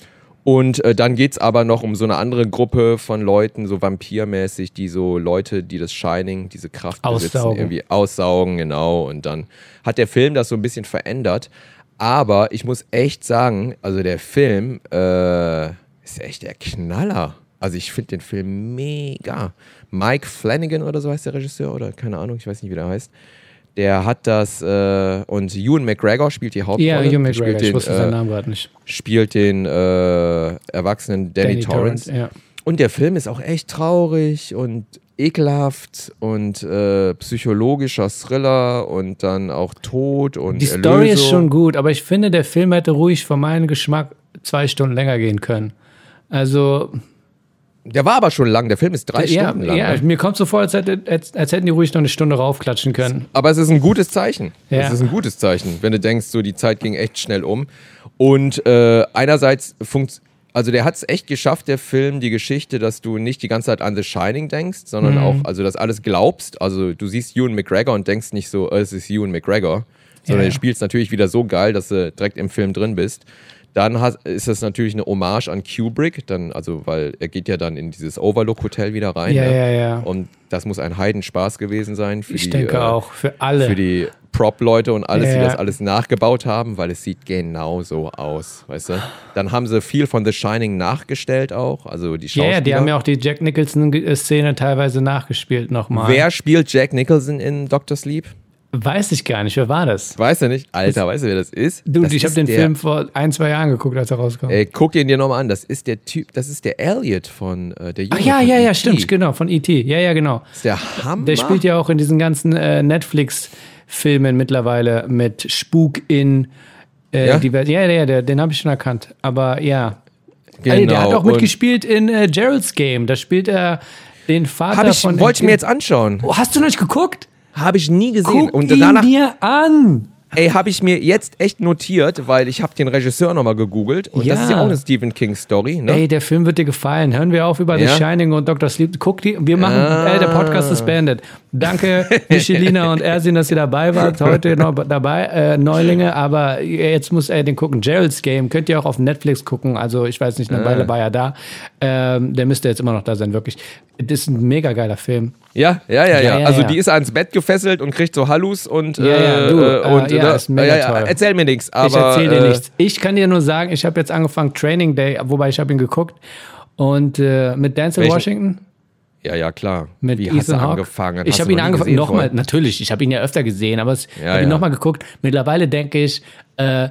[SPEAKER 2] Und äh, dann geht es aber noch um so eine andere Gruppe von Leuten, so vampirmäßig, die so Leute, die das Shining, diese Kraft besitzen,
[SPEAKER 1] Aussaugen.
[SPEAKER 2] irgendwie aussaugen, genau. Und dann hat der Film das so ein bisschen verändert. Aber ich muss echt sagen, also der Film äh, ist echt der Knaller. Also ich finde den Film mega. Mike Flanagan oder so heißt der Regisseur, oder keine Ahnung, ich weiß nicht, wie der heißt. Der hat das, äh, und Ewan McGregor spielt die Hauptrolle.
[SPEAKER 1] Ja, Hugh
[SPEAKER 2] Der
[SPEAKER 1] McGregor,
[SPEAKER 2] spielt
[SPEAKER 1] ich
[SPEAKER 2] den,
[SPEAKER 1] wusste
[SPEAKER 2] äh,
[SPEAKER 1] seinen Namen gerade nicht.
[SPEAKER 2] Spielt den äh, erwachsenen Danny,
[SPEAKER 1] Danny
[SPEAKER 2] Torrance.
[SPEAKER 1] Torrance, ja.
[SPEAKER 2] Und der Film ist auch echt traurig und ekelhaft und äh, psychologischer Thriller und dann auch Tod und
[SPEAKER 1] Die
[SPEAKER 2] Erlösung.
[SPEAKER 1] Story ist schon gut, aber ich finde, der Film hätte ruhig für meinen Geschmack zwei Stunden länger gehen können. Also,
[SPEAKER 2] Der war aber schon lang, der Film ist drei
[SPEAKER 1] ja,
[SPEAKER 2] Stunden lang.
[SPEAKER 1] ja,
[SPEAKER 2] Ne?
[SPEAKER 1] mir kommt so vor, als, hätte, als, als hätten die ruhig noch eine Stunde raufklatschen können.
[SPEAKER 2] Aber es ist ein gutes Zeichen.
[SPEAKER 1] Ja.
[SPEAKER 2] Es ist ein gutes Zeichen, wenn du denkst, so die Zeit ging echt schnell um. Und äh, einerseits funkt, also der hat es echt geschafft, der Film, die Geschichte, dass du nicht die ganze Zeit an The Shining denkst, sondern
[SPEAKER 1] Mhm.
[SPEAKER 2] auch, also das alles glaubst. Also du siehst Ewan McGregor und denkst nicht so, oh, es ist Ewan McGregor, sondern
[SPEAKER 1] Ja.
[SPEAKER 2] du spielst natürlich wieder so geil, dass du direkt im Film drin bist. Dann hat, ist das natürlich eine Hommage an Kubrick, dann, also weil er geht ja dann in dieses Overlook-Hotel wieder rein.
[SPEAKER 1] Ja,
[SPEAKER 2] ne?
[SPEAKER 1] ja, ja.
[SPEAKER 2] Und das muss ein Heidenspaß gewesen sein für
[SPEAKER 1] Ich
[SPEAKER 2] die,
[SPEAKER 1] denke
[SPEAKER 2] äh,
[SPEAKER 1] auch, für alle.
[SPEAKER 2] für die Prop-Leute und alles, die
[SPEAKER 1] Ja.
[SPEAKER 2] das alles nachgebaut haben, weil es sieht genau so aus, weißt du? Dann haben sie viel von The Shining nachgestellt auch, also die
[SPEAKER 1] Ja,
[SPEAKER 2] Schauspieler.
[SPEAKER 1] ja, die haben ja auch die Jack Nicholson-Szene teilweise nachgespielt nochmal.
[SPEAKER 2] Wer spielt Jack Nicholson in Doctor Sleep?
[SPEAKER 1] Weiß ich gar nicht, wer war das?
[SPEAKER 2] Weißt du nicht? Alter, weißt du, wer das ist?
[SPEAKER 1] Du,
[SPEAKER 2] das
[SPEAKER 1] ich habe
[SPEAKER 2] ist
[SPEAKER 1] den
[SPEAKER 2] der,
[SPEAKER 1] Film vor ein, zwei Jahren geguckt, als er rauskam.
[SPEAKER 2] Ey, guck ihn dir nochmal an, das ist der Typ, das ist der Elliot von äh, der Junge
[SPEAKER 1] Ach ja,
[SPEAKER 2] von
[SPEAKER 1] ja,
[SPEAKER 2] E
[SPEAKER 1] ja,
[SPEAKER 2] T
[SPEAKER 1] stimmt, genau, von E T Ja, ja, genau.
[SPEAKER 2] Das ist der Hammer.
[SPEAKER 1] Der spielt ja auch in diesen ganzen äh, Netflix-Filmen mittlerweile mit Spuk in äh,
[SPEAKER 2] Ja?
[SPEAKER 1] die Welt. Ja, ja, der, den habe ich schon erkannt. Aber ja.
[SPEAKER 2] Genau.
[SPEAKER 1] Ey, der hat auch
[SPEAKER 2] und
[SPEAKER 1] mitgespielt in äh, Gerald's Game. Da spielt er den Vater
[SPEAKER 2] hab ich,
[SPEAKER 1] von.
[SPEAKER 2] wollte ich mir jetzt anschauen.
[SPEAKER 1] Oh, hast du noch nicht geguckt?
[SPEAKER 2] Habe ich nie gesehen.
[SPEAKER 1] Guck
[SPEAKER 2] Und
[SPEAKER 1] ihn
[SPEAKER 2] danach,
[SPEAKER 1] dir an.
[SPEAKER 2] ey, habe ich mir jetzt echt notiert, weil ich habe den Regisseur nochmal gegoogelt und das
[SPEAKER 1] Ja.
[SPEAKER 2] ist ja auch eine Stephen King Story, ne?
[SPEAKER 1] Ey, der Film wird dir gefallen. Hören wir auf über
[SPEAKER 2] Ja?
[SPEAKER 1] The Shining und Doktor Sleep. Guck die, wir machen,
[SPEAKER 2] Ah.
[SPEAKER 1] ey, der Podcast ist beendet. Danke, Michelina und Ersin, dass ihr dabei wart. Heute noch dabei, äh, Neulinge, aber jetzt muss er den gucken. Gerald's Game könnt ihr auch auf Netflix gucken. Also, ich weiß nicht, eine
[SPEAKER 2] Ah.
[SPEAKER 1] Weile war er da. Ähm, der müsste jetzt immer noch da sein, wirklich. Das ist ein mega geiler Film.
[SPEAKER 2] Ja, ja, ja, ja.
[SPEAKER 1] Ja, ja,
[SPEAKER 2] also
[SPEAKER 1] ja.
[SPEAKER 2] die ist ans Bett gefesselt und kriegt so Hallus und,
[SPEAKER 1] Ja, ja,
[SPEAKER 2] äh,
[SPEAKER 1] du,
[SPEAKER 2] äh, und
[SPEAKER 1] äh, ja, ist mega
[SPEAKER 2] ja,
[SPEAKER 1] toll.
[SPEAKER 2] erzähl mir nichts, aber
[SPEAKER 1] Ich erzähle dir
[SPEAKER 2] äh,
[SPEAKER 1] nichts. Ich kann dir nur sagen, ich habe jetzt angefangen Training Day, wobei ich habe ihn geguckt. Und äh, mit Denzel
[SPEAKER 2] Welchen?
[SPEAKER 1] Washington.
[SPEAKER 2] Ja, ja, klar.
[SPEAKER 1] Mit
[SPEAKER 2] Wie
[SPEAKER 1] Ethan
[SPEAKER 2] hast du
[SPEAKER 1] Hawke.
[SPEAKER 2] angefangen?
[SPEAKER 1] Ich
[SPEAKER 2] Hast
[SPEAKER 1] habe
[SPEAKER 2] du
[SPEAKER 1] ihn
[SPEAKER 2] noch nie
[SPEAKER 1] angefangen,
[SPEAKER 2] gesehen
[SPEAKER 1] nochmal,
[SPEAKER 2] vorher?
[SPEAKER 1] natürlich, ich habe ihn ja öfter gesehen, aber es, ich
[SPEAKER 2] Ja,
[SPEAKER 1] habe ihn
[SPEAKER 2] ja.
[SPEAKER 1] nochmal geguckt. Mittlerweile denke ich, äh,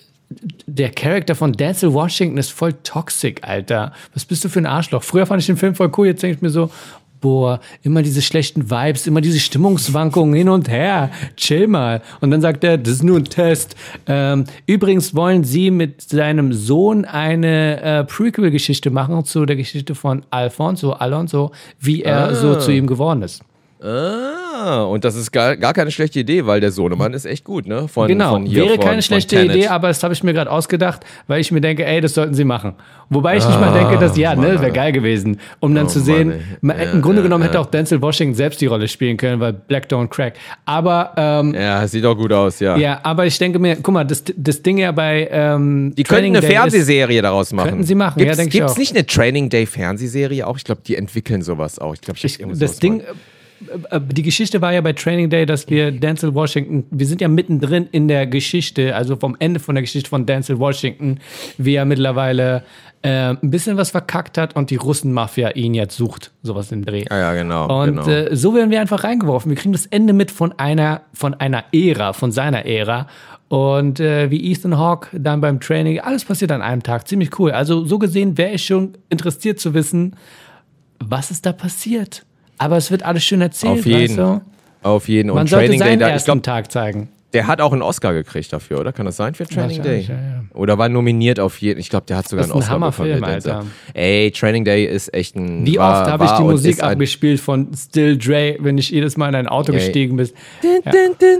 [SPEAKER 1] der Charakter von Denzel Washington ist voll toxic, Alter. Was bist du für ein Arschloch? Früher fand ich den Film voll cool, jetzt denke ich mir so, boah, immer diese schlechten Vibes, immer diese Stimmungsschwankungen hin und her. Chill mal. Und dann sagt er, das ist nur ein Test. Ähm, übrigens wollen sie mit seinem Sohn eine äh, Prequel-Geschichte machen zu der Geschichte von Alfonso Alonso, wie er
[SPEAKER 2] Ah.
[SPEAKER 1] so zu ihm geworden ist.
[SPEAKER 2] Ah, Ah, und das ist gar, gar keine schlechte Idee, weil der Sohnemann ist echt gut, ne? Von,
[SPEAKER 1] genau,
[SPEAKER 2] von hier
[SPEAKER 1] wäre
[SPEAKER 2] von,
[SPEAKER 1] keine schlechte
[SPEAKER 2] von
[SPEAKER 1] Idee, aber das habe ich mir gerade ausgedacht, weil ich mir denke, ey, das sollten sie machen. Wobei ich nicht
[SPEAKER 2] Ah,
[SPEAKER 1] mal denke, dass, ja,
[SPEAKER 2] Mann,
[SPEAKER 1] ne, wäre
[SPEAKER 2] Alter.
[SPEAKER 1] geil gewesen, um dann
[SPEAKER 2] Oh,
[SPEAKER 1] zu sehen,
[SPEAKER 2] Mann, ey.
[SPEAKER 1] man,
[SPEAKER 2] Ja,
[SPEAKER 1] im Grunde
[SPEAKER 2] ja,
[SPEAKER 1] genommen
[SPEAKER 2] ja.
[SPEAKER 1] hätte auch Denzel Washington selbst die Rolle spielen können, weil Black Don't Crack. Aber, ähm,
[SPEAKER 2] Ja, sieht doch gut aus, ja.
[SPEAKER 1] ja, aber ich denke mir, guck mal, das, das Ding ja bei ähm,
[SPEAKER 2] Die
[SPEAKER 1] Training
[SPEAKER 2] könnten eine
[SPEAKER 1] Day ist-
[SPEAKER 2] Fernsehserie daraus machen.
[SPEAKER 1] Könnten sie machen,
[SPEAKER 2] gibt's,
[SPEAKER 1] ja, denke ich
[SPEAKER 2] Gibt's
[SPEAKER 1] auch.
[SPEAKER 2] nicht eine Training Day Fernsehserie auch? Ich glaube, die entwickeln sowas auch. Ich glaube, ich, hab
[SPEAKER 1] Ich,
[SPEAKER 2] irgendwo
[SPEAKER 1] das
[SPEAKER 2] sowas
[SPEAKER 1] Ding,
[SPEAKER 2] mal-
[SPEAKER 1] äh, äh, die Geschichte war ja bei Training Day, dass wir Denzel Washington, wir sind ja mittendrin in der Geschichte, also vom Ende von der Geschichte von Denzel Washington, wie er mittlerweile äh, ein bisschen was verkackt hat und die Russenmafia ihn jetzt sucht, sowas im Dreh.
[SPEAKER 2] Ja, ja, genau.
[SPEAKER 1] Und
[SPEAKER 2] genau.
[SPEAKER 1] äh, so werden wir einfach reingeworfen. Wir kriegen das Ende mit von einer, von einer Ära, von seiner Ära. Und äh, wie Ethan Hawke dann beim Training, alles passiert an einem Tag, ziemlich cool. Also so gesehen wäre ich schon interessiert zu wissen, was ist da passiert. Aber es wird alles schön erzählt,
[SPEAKER 2] Auf jeden.
[SPEAKER 1] weißt du?
[SPEAKER 2] Auf jeden. Und
[SPEAKER 1] Man sollte
[SPEAKER 2] Training Day,
[SPEAKER 1] seinen
[SPEAKER 2] da, ich
[SPEAKER 1] ersten
[SPEAKER 2] glaube,
[SPEAKER 1] Tag zeigen.
[SPEAKER 2] der hat auch einen Oscar gekriegt dafür, oder? Kann das sein für Training Day?
[SPEAKER 1] Wahrscheinlich, ja, ja.
[SPEAKER 2] Oder war nominiert auf jeden. Ich glaube, der hat sogar
[SPEAKER 1] Das ist
[SPEAKER 2] einen
[SPEAKER 1] ein
[SPEAKER 2] Oscar
[SPEAKER 1] Hammerfilm,
[SPEAKER 2] bekommen. der
[SPEAKER 1] Alter.
[SPEAKER 2] Denzel. Ey, Training Day ist echt ein.
[SPEAKER 1] Wie
[SPEAKER 2] war,
[SPEAKER 1] oft habe ich
[SPEAKER 2] war
[SPEAKER 1] die
[SPEAKER 2] und
[SPEAKER 1] Musik
[SPEAKER 2] ist ein-
[SPEAKER 1] abgespielt von Still Dre, wenn ich jedes Mal in ein Auto
[SPEAKER 2] Ey.
[SPEAKER 1] gestiegen bin.
[SPEAKER 2] Ja.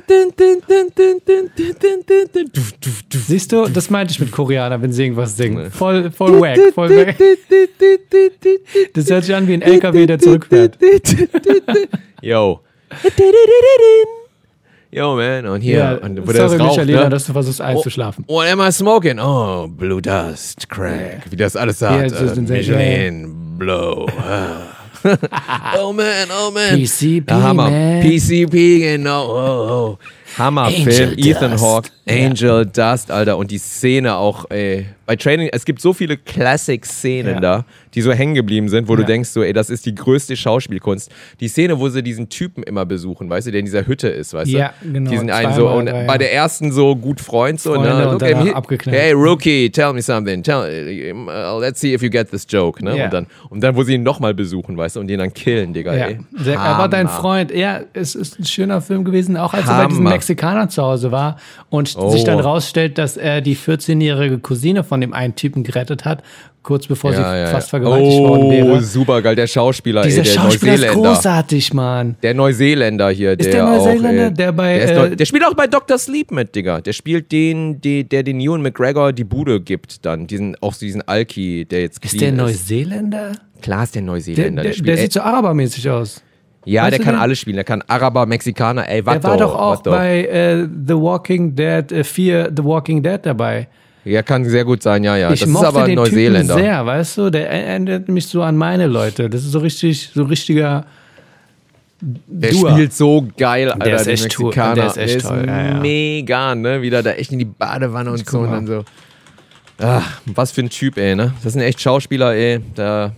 [SPEAKER 1] Siehst du, das meinte ich mit Koreaner, wenn sie irgendwas singen. Voll, voll wack, voll wack. Das hört sich an wie ein L K W, der zurückfährt.
[SPEAKER 2] Yo. Yo, man. Und hier,
[SPEAKER 1] Ja,
[SPEAKER 2] und wo der
[SPEAKER 1] sorry,
[SPEAKER 2] das raucht,
[SPEAKER 1] Michalina,
[SPEAKER 2] ne?
[SPEAKER 1] dass du versuchst einzuschlafen.
[SPEAKER 2] What am I smoking? Oh, Blue Dust, Crack. Wie das alles
[SPEAKER 1] Ja,
[SPEAKER 2] sagt.
[SPEAKER 1] das ist
[SPEAKER 2] äh,
[SPEAKER 1] ein sehr-
[SPEAKER 2] Michelin, Blow. ah. Oh man, oh man.
[SPEAKER 1] P C P,
[SPEAKER 2] Ja, Hammer.
[SPEAKER 1] man.
[SPEAKER 2] P C P, genau. Oh, oh. Hammerfilm.
[SPEAKER 1] Angel
[SPEAKER 2] Ethan
[SPEAKER 1] Dust.
[SPEAKER 2] Hawke. Angel Dust, Alter. Und die Szene auch, ey. Bei Training, es gibt so viele Classic-Szenen
[SPEAKER 1] Ja.
[SPEAKER 2] da, die so hängen geblieben sind, wo du
[SPEAKER 1] Ja.
[SPEAKER 2] denkst, so, ey, das ist die größte Schauspielkunst. Die Szene, wo sie diesen Typen immer besuchen, weißt du, der in dieser Hütte ist, weißt
[SPEAKER 1] Ja,
[SPEAKER 2] du?
[SPEAKER 1] genau.
[SPEAKER 2] Diesen einen so,
[SPEAKER 1] Zweimal,
[SPEAKER 2] und
[SPEAKER 1] ja.
[SPEAKER 2] bei der ersten so gut Freund, so,
[SPEAKER 1] Freunde
[SPEAKER 2] ne?
[SPEAKER 1] und
[SPEAKER 2] Look at
[SPEAKER 1] danach
[SPEAKER 2] me.
[SPEAKER 1] abgeknallt.
[SPEAKER 2] Hey, Rookie, tell me something. Tell, uh, let's see if you get this joke, ne?
[SPEAKER 1] Ja.
[SPEAKER 2] Und dann, und dann, wo sie ihn nochmal besuchen, weißt du, und den dann killen, Digga,
[SPEAKER 1] Ja.
[SPEAKER 2] ey.
[SPEAKER 1] Sehr, er war dein
[SPEAKER 2] Hammer.
[SPEAKER 1] Freund. Ja, es ist ein schöner Film gewesen, auch als er bei diesen
[SPEAKER 2] Hammer.
[SPEAKER 1] Mexikanern zu Hause war und
[SPEAKER 2] Oh.
[SPEAKER 1] sich dann rausstellt, dass er die vierzehnjährige Cousine von dem einen Typen gerettet hat, kurz bevor sie fast vergewaltigt
[SPEAKER 2] oh,
[SPEAKER 1] worden wäre.
[SPEAKER 2] super geil, der Schauspieler,
[SPEAKER 1] Dieser
[SPEAKER 2] ey, der
[SPEAKER 1] Schauspieler ist
[SPEAKER 2] Neuseeländer.
[SPEAKER 1] großartig, Mann.
[SPEAKER 2] Der Neuseeländer hier, der,
[SPEAKER 1] der Neuseeländer,
[SPEAKER 2] auch, ey,
[SPEAKER 1] der bei,
[SPEAKER 2] Der, ist
[SPEAKER 1] äh,
[SPEAKER 2] doch, der spielt auch bei Doctor Sleep mit, Digga. Der spielt den, die, der den Ewan McGregor die Bude gibt dann. Diesen, auch so diesen Alki, der jetzt
[SPEAKER 1] Ist
[SPEAKER 2] clean
[SPEAKER 1] der
[SPEAKER 2] ist.
[SPEAKER 1] Neuseeländer?
[SPEAKER 2] Klar ist der
[SPEAKER 1] Der,
[SPEAKER 2] Neuseeländer.
[SPEAKER 1] der,
[SPEAKER 2] Der, spielt,
[SPEAKER 1] der
[SPEAKER 2] ey,
[SPEAKER 1] sieht so arabermäßig aus.
[SPEAKER 2] ja,
[SPEAKER 1] weißt
[SPEAKER 2] der
[SPEAKER 1] du
[SPEAKER 2] kann
[SPEAKER 1] den?
[SPEAKER 2] alles spielen. Der kann Araber, Mexikaner, ey, was
[SPEAKER 1] Der war doch auch
[SPEAKER 2] wat
[SPEAKER 1] bei äh, The Walking Dead, äh, vier The Walking Dead dabei.
[SPEAKER 2] Ja, kann sehr gut sein, ja, ja.
[SPEAKER 1] Ich
[SPEAKER 2] das ist
[SPEAKER 1] mochte
[SPEAKER 2] aber ein
[SPEAKER 1] den
[SPEAKER 2] Neuseeländer.
[SPEAKER 1] Typen sehr, weißt du? Der erinnert mich so an meine Leute. Das ist so richtig, so richtiger
[SPEAKER 2] Der
[SPEAKER 1] Dua.
[SPEAKER 2] spielt so geil, Alter,
[SPEAKER 1] Der ist
[SPEAKER 2] der
[SPEAKER 1] echt toll,
[SPEAKER 2] Mexikaner.
[SPEAKER 1] der ist echt toll, ja, ja.
[SPEAKER 2] mega, ne? Wieder da echt in die Badewanne und so
[SPEAKER 1] guck
[SPEAKER 2] und
[SPEAKER 1] mal.
[SPEAKER 2] dann so. Ach, was für ein Typ, ey, ne? Das sind echt Schauspieler, ey. Da.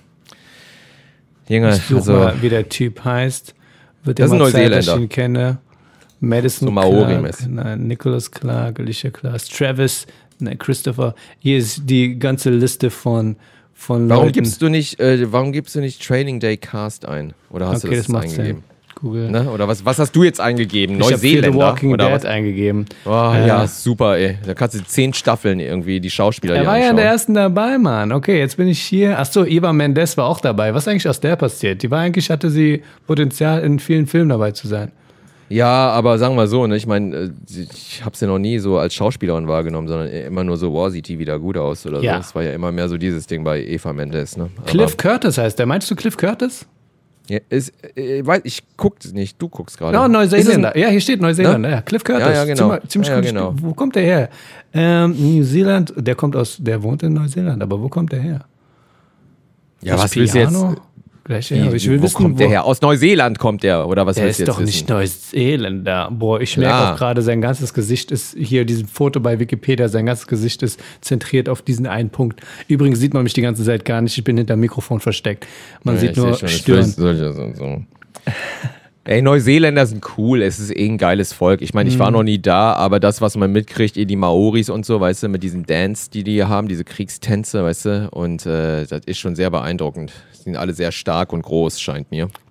[SPEAKER 2] Junge,
[SPEAKER 1] Ich such
[SPEAKER 2] also.
[SPEAKER 1] mal, wie der Typ heißt. Wird
[SPEAKER 2] Das ist ein
[SPEAKER 1] immer Zeit, dass
[SPEAKER 2] Neuseeländer.
[SPEAKER 1] ich ihn kenne. Madison
[SPEAKER 2] So Maori
[SPEAKER 1] Clark,
[SPEAKER 2] mäßig.
[SPEAKER 1] nein, Nicholas Clark, Alicia Clark, Travis, nein, Christopher. Hier ist die ganze Liste von, von
[SPEAKER 2] Warum
[SPEAKER 1] Leuten.
[SPEAKER 2] gibst du nicht, äh, warum gibst du nicht Training Day Cast ein? Oder hast
[SPEAKER 1] Okay,
[SPEAKER 2] du
[SPEAKER 1] das
[SPEAKER 2] das,
[SPEAKER 1] macht
[SPEAKER 2] eingegeben?
[SPEAKER 1] Sinn. Google.
[SPEAKER 2] Ne? Oder was, was hast du jetzt eingegeben?
[SPEAKER 1] Ich habe The
[SPEAKER 2] Neuseeländer?
[SPEAKER 1] Walking
[SPEAKER 2] oder
[SPEAKER 1] Dead
[SPEAKER 2] was?
[SPEAKER 1] eingegeben.
[SPEAKER 2] Oh,
[SPEAKER 1] Äh,
[SPEAKER 2] ja, super, ey. Da kannst du zehn Staffeln irgendwie die Schauspieler
[SPEAKER 1] Er
[SPEAKER 2] dir
[SPEAKER 1] war ja in
[SPEAKER 2] anschauen.
[SPEAKER 1] der ersten dabei, Mann. Okay, jetzt bin ich hier. Achso, Eva Mendes war auch dabei. Was ist eigentlich aus der passiert? Die war eigentlich, hatte sie Potenzial, in vielen Filmen dabei zu sein.
[SPEAKER 2] Ja, aber sagen wir so, ne? Ich meine, äh, ich habe sie noch nie so als Schauspielerin wahrgenommen, sondern immer nur so, wow, sieht die wieder gut aus oder
[SPEAKER 1] Ja.
[SPEAKER 2] so. Das war ja immer mehr so dieses Ding bei Eva Mendes, ne? Aber,
[SPEAKER 1] Cliff Curtis heißt der. Meinst du Cliff Curtis?
[SPEAKER 2] Ja, ist, äh, weiß, ich guck nicht, du guckst gerade.
[SPEAKER 1] Ja,
[SPEAKER 2] Ist
[SPEAKER 1] Neuseeländer. Ja, hier steht Neuseeländer. Ja, Cliff Curtis.
[SPEAKER 2] Ja, ja, genau.
[SPEAKER 1] Ziemlich, ziemlich
[SPEAKER 2] Ja, ja,
[SPEAKER 1] gut
[SPEAKER 2] genau.
[SPEAKER 1] gespielt. Wo kommt der her? Ähm, New Zealand. Der kommt aus, der wohnt in Neuseeland. Aber wo kommt der her?
[SPEAKER 2] es, ja,
[SPEAKER 1] Aus
[SPEAKER 2] was willst du jetzt?
[SPEAKER 1] Piano? Gleich,
[SPEAKER 2] Wie,
[SPEAKER 1] ja, aber ich will
[SPEAKER 2] wo
[SPEAKER 1] wissen,
[SPEAKER 2] kommt der
[SPEAKER 1] wo-
[SPEAKER 2] her? Aus Neuseeland kommt der, oder was
[SPEAKER 1] Der
[SPEAKER 2] willst
[SPEAKER 1] ist
[SPEAKER 2] du jetzt
[SPEAKER 1] doch nicht
[SPEAKER 2] wissen?
[SPEAKER 1] Neuseeländer. Boah, ich merke
[SPEAKER 2] Klar.
[SPEAKER 1] auch gerade, sein ganzes Gesicht ist hier, diesem Foto bei Wikipedia, sein ganzes Gesicht ist zentriert auf diesen einen Punkt. Übrigens sieht man mich die ganze Zeit gar nicht, ich bin hinter dem Mikrofon versteckt. Man
[SPEAKER 2] Ja,
[SPEAKER 1] sieht
[SPEAKER 2] ich
[SPEAKER 1] nur
[SPEAKER 2] seh schon, das
[SPEAKER 1] Stirn.
[SPEAKER 2] ist solche- so, so. Ey, Neuseeländer sind cool, es ist eh ein geiles Volk. Ich meine, ich
[SPEAKER 1] Mhm.
[SPEAKER 2] war noch nie da, aber das, was man mitkriegt, eh die Maoris und so, weißt du, mit diesem Dance, die die hier haben, diese Kriegstänze, weißt du, und äh, das ist schon sehr beeindruckend. Die sind alle sehr stark und groß, scheint mir.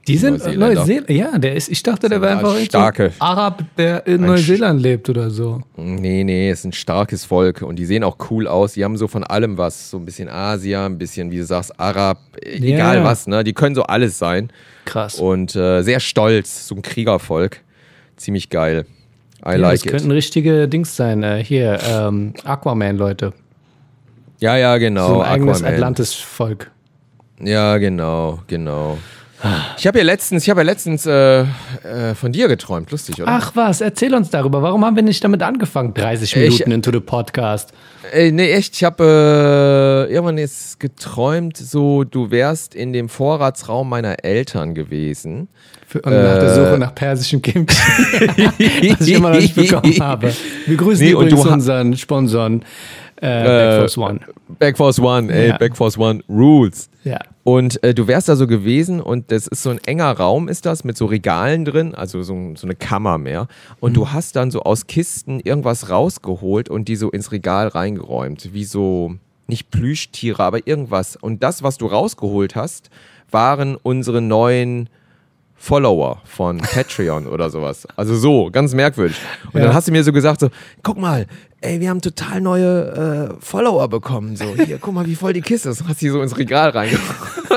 [SPEAKER 1] Die sind
[SPEAKER 2] Neuseeländer.
[SPEAKER 1] Neuseeland. Ja, der ist, ich dachte, der
[SPEAKER 2] Sind
[SPEAKER 1] wäre einfach
[SPEAKER 2] starke.
[SPEAKER 1] so Arab, der in Neuseeland lebt oder so.
[SPEAKER 2] Nee, nee, es ist ein starkes Volk und die sehen auch cool aus. Die haben so von allem was. So ein bisschen Asia, ein bisschen, wie du sagst, Arab, egal
[SPEAKER 1] Ja.
[SPEAKER 2] was, ne? Die können so alles sein.
[SPEAKER 1] Krass.
[SPEAKER 2] Und äh, sehr stolz, so ein Kriegervolk. Ziemlich geil. I
[SPEAKER 1] ja,
[SPEAKER 2] like
[SPEAKER 1] das
[SPEAKER 2] it.
[SPEAKER 1] könnten richtige Dings sein. Äh, hier, ähm, Aquaman-Leute.
[SPEAKER 2] Ja, ja, genau.
[SPEAKER 1] So ein eigenes
[SPEAKER 2] Aquaman.
[SPEAKER 1] Atlantis-Volk.
[SPEAKER 2] Ja, genau, genau. Ich habe ja letztens, ich habe ja letztens äh, äh, von dir geträumt, lustig, oder?
[SPEAKER 1] Ach was, erzähl uns darüber. Warum haben wir nicht damit angefangen? dreißig Minuten
[SPEAKER 2] Ich-
[SPEAKER 1] into the Podcast.
[SPEAKER 2] Ey, nee, echt, ich habe äh, irgendwann jetzt geträumt, so, du wärst in dem Vorratsraum meiner Eltern gewesen.
[SPEAKER 1] Für, und nach der Suche nach persischen Kimchi. Was ich immer noch nicht bekommen habe. Wir grüßen
[SPEAKER 2] Nee, und
[SPEAKER 1] übrigens
[SPEAKER 2] du ha-
[SPEAKER 1] unseren Sponsoren äh, Backforce One.
[SPEAKER 2] Backforce One, ey,
[SPEAKER 1] Ja.
[SPEAKER 2] Backforce One Rules.
[SPEAKER 1] Ja.
[SPEAKER 2] Und äh, du wärst da so gewesen und das ist so ein enger Raum, ist das, mit so Regalen drin, also so, so eine Kammer mehr. Und
[SPEAKER 1] Mhm.
[SPEAKER 2] du hast dann so aus Kisten irgendwas rausgeholt und die so ins Regal reingeräumt, wie so, nicht Plüschtiere, aber irgendwas. Und das, was du rausgeholt hast, waren unsere neuen Follower von Patreon oder sowas. Also so, ganz merkwürdig. Und
[SPEAKER 1] Ja.
[SPEAKER 2] dann hast du mir so gesagt, so, guck mal, ey, wir haben total neue äh, Follower bekommen. So, hier, guck mal, wie voll die Kiste ist. Und hast die so ins Regal reingebracht.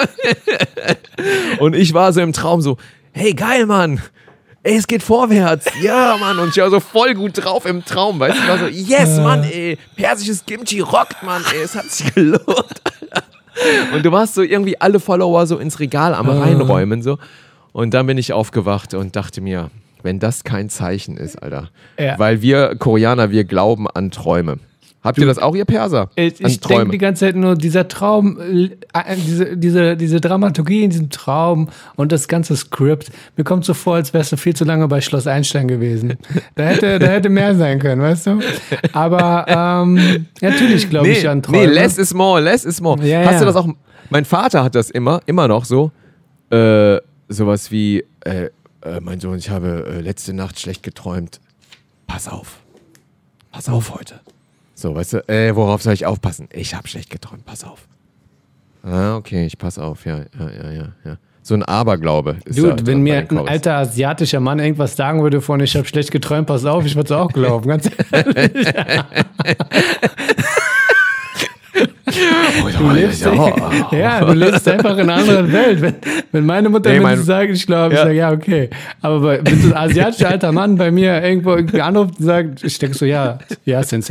[SPEAKER 2] Und ich war so im Traum so, hey, geil, Mann. Ey, es geht vorwärts. Ja, Mann. Und ich war so voll gut drauf im Traum, weißt du? Ich war so, yes, Mann, ey. Persisches Kimchi rockt, Mann, ey. Es hat sich gelohnt. Und du warst so irgendwie alle Follower so ins Regal am reinräumen, so. Und dann bin ich aufgewacht und dachte mir, wenn das kein Zeichen ist, Alter.
[SPEAKER 1] Ja.
[SPEAKER 2] Weil wir Koreaner, wir glauben an Träume. Habt ihr das auch, ihr Perser?
[SPEAKER 1] Ich,
[SPEAKER 2] an
[SPEAKER 1] ich denke die ganze Zeit nur, dieser Traum, äh, diese, diese, diese Dramaturgie in diesem Traum und das ganze Skript, mir kommt so vor, als wärst du viel zu lange bei Schloss Einstein gewesen. Da hätte, da hätte mehr sein können, weißt du? Aber ähm, natürlich glaube ich an Träume.
[SPEAKER 2] Nee, less is more, less is more.
[SPEAKER 1] Ja,
[SPEAKER 2] Hast
[SPEAKER 1] ja.
[SPEAKER 2] du das auch? Mein Vater hat das immer, immer noch so. Äh, sowas wie, äh, äh, mein Sohn, ich habe äh, letzte Nacht schlecht geträumt. Pass auf. Pass auf heute. So, weißt du, äh, worauf soll ich aufpassen? Ich habe schlecht geträumt, pass auf. Ah, okay, ich pass auf, ja, ja, ja, ja. ja. So ein Aberglaube ist
[SPEAKER 1] Dude,
[SPEAKER 2] da
[SPEAKER 1] wenn
[SPEAKER 2] bei
[SPEAKER 1] mir
[SPEAKER 2] den
[SPEAKER 1] ein
[SPEAKER 2] Chorus.
[SPEAKER 1] alter asiatischer Mann irgendwas sagen würde von, ich habe schlecht geträumt, pass auf, ich würde es auch glauben, ganz ehrlich.
[SPEAKER 2] Oh, ja,
[SPEAKER 1] Du lebst,
[SPEAKER 2] ja, ja.
[SPEAKER 1] ja, du lebst einfach in einer anderen Welt. Wenn, wenn meine Mutter
[SPEAKER 2] Nee,
[SPEAKER 1] mir
[SPEAKER 2] mein-
[SPEAKER 1] das sagt, ich glaube, ich
[SPEAKER 2] Ja.
[SPEAKER 1] sage, ja, okay. Aber bei, wenn so ein asiatischer alter Mann bei mir irgendwo irgendwie anruft und sagt, ich denke so, ja, ja, Sensei.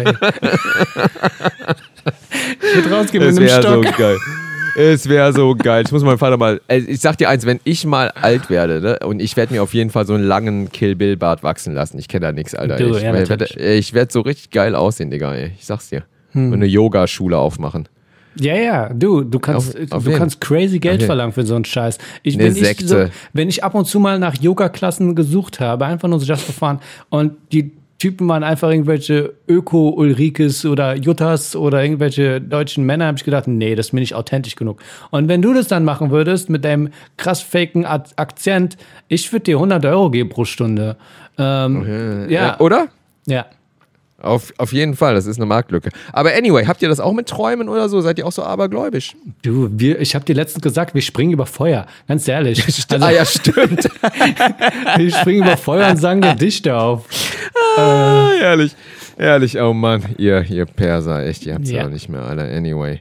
[SPEAKER 1] Ich würde rausgehen mit
[SPEAKER 2] Es
[SPEAKER 1] einem
[SPEAKER 2] wäre so
[SPEAKER 1] Stock.
[SPEAKER 2] geil. Es wäre so geil. Ich muss meinem Vater mal. Also ich sag dir eins, wenn ich mal alt werde, ne, und ich werde mir auf jeden Fall so einen langen Kill Bill Bart wachsen lassen. Ich kenne da nichts, Alter.
[SPEAKER 1] Du,
[SPEAKER 2] ich
[SPEAKER 1] ja,
[SPEAKER 2] werd,
[SPEAKER 1] natürlich.
[SPEAKER 2] ich werde so richtig geil aussehen, Digga. Ey. Ich sag's dir.
[SPEAKER 1] Hm.
[SPEAKER 2] Und eine Yogaschule aufmachen.
[SPEAKER 1] Ja, ja, du, du kannst,
[SPEAKER 2] Auf- auf
[SPEAKER 1] du
[SPEAKER 2] jeden.
[SPEAKER 1] kannst crazy Geld
[SPEAKER 2] Auf jeden.
[SPEAKER 1] verlangen für so einen Scheiß. Ich,
[SPEAKER 2] Eine
[SPEAKER 1] wenn, ich
[SPEAKER 2] Sekte.
[SPEAKER 1] so, wenn ich ab und zu mal nach Yoga-Klassen gesucht habe, einfach nur so just for fun, und die Typen waren einfach irgendwelche Öko-Ulrikes oder Juttas oder irgendwelche deutschen Männer, habe ich gedacht, nee, das ist mir nicht authentisch genug. Und wenn du das dann machen würdest mit deinem krass faken Ak- Akzent, ich würde dir hundert Euro geben pro Stunde. Ähm, ja,
[SPEAKER 2] Äh, oder?
[SPEAKER 1] ja.
[SPEAKER 2] Auf, auf jeden Fall, das ist eine Marktlücke. Aber anyway, habt ihr das auch mit Träumen oder so? Seid ihr auch so abergläubisch?
[SPEAKER 1] Du, wir, ich habe dir letztens gesagt, wir springen über Feuer. Ganz ehrlich. Also,
[SPEAKER 2] ah ja, stimmt.
[SPEAKER 1] wir springen über Feuer und sagen Gedichte auf.
[SPEAKER 2] Ah, herrlich. Herrlich, oh Mann. Ihr, ihr Perser, echt, ihr habt's ja
[SPEAKER 1] Ja.
[SPEAKER 2] auch nicht mehr alle. Anyway.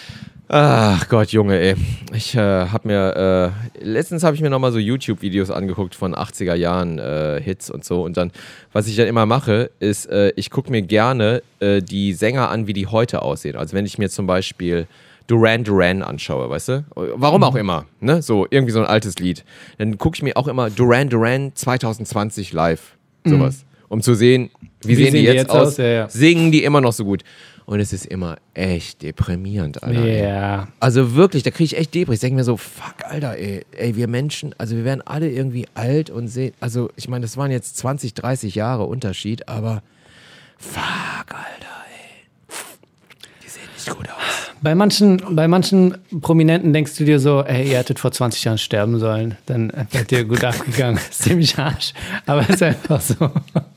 [SPEAKER 2] Ach Gott, Junge, ey. Ich äh, hab mir, äh, letztens habe ich mir nochmal so YouTube-Videos angeguckt von achtziger Jahren äh, Hits und so. Und dann, was ich dann immer mache, ist, äh, ich gucke mir gerne äh, die Sänger an, wie die heute aussehen. Also wenn ich mir zum Beispiel Duran Duran anschaue, weißt du? Warum auch immer, ne? So, irgendwie so ein altes Lied. Dann gucke ich mir auch immer Duran Duran zwanzig zwanzig live, sowas. Um zu sehen, wie, sehen die jetzt, aus?
[SPEAKER 1] Ja, ja.
[SPEAKER 2] Singen die immer noch so gut? Und es ist immer echt deprimierend, Alter. ey.
[SPEAKER 1] Ja.
[SPEAKER 2] Also wirklich, da kriege ich echt Depri. Ich denke mir so, fuck, Alter, ey, ey, wir Menschen, also wir werden alle irgendwie alt und sehen, also ich meine, das waren jetzt zwanzig, dreißig Jahre Unterschied, aber fuck, Alter, ey. Die sehen nicht gut aus.
[SPEAKER 1] Bei manchen, bei manchen Prominenten denkst du dir so, ey, ihr hättet vor zwanzig Jahren sterben sollen. Dann wärt ihr gut abgegangen. Ist ziemlich harsch. Aber ist einfach so.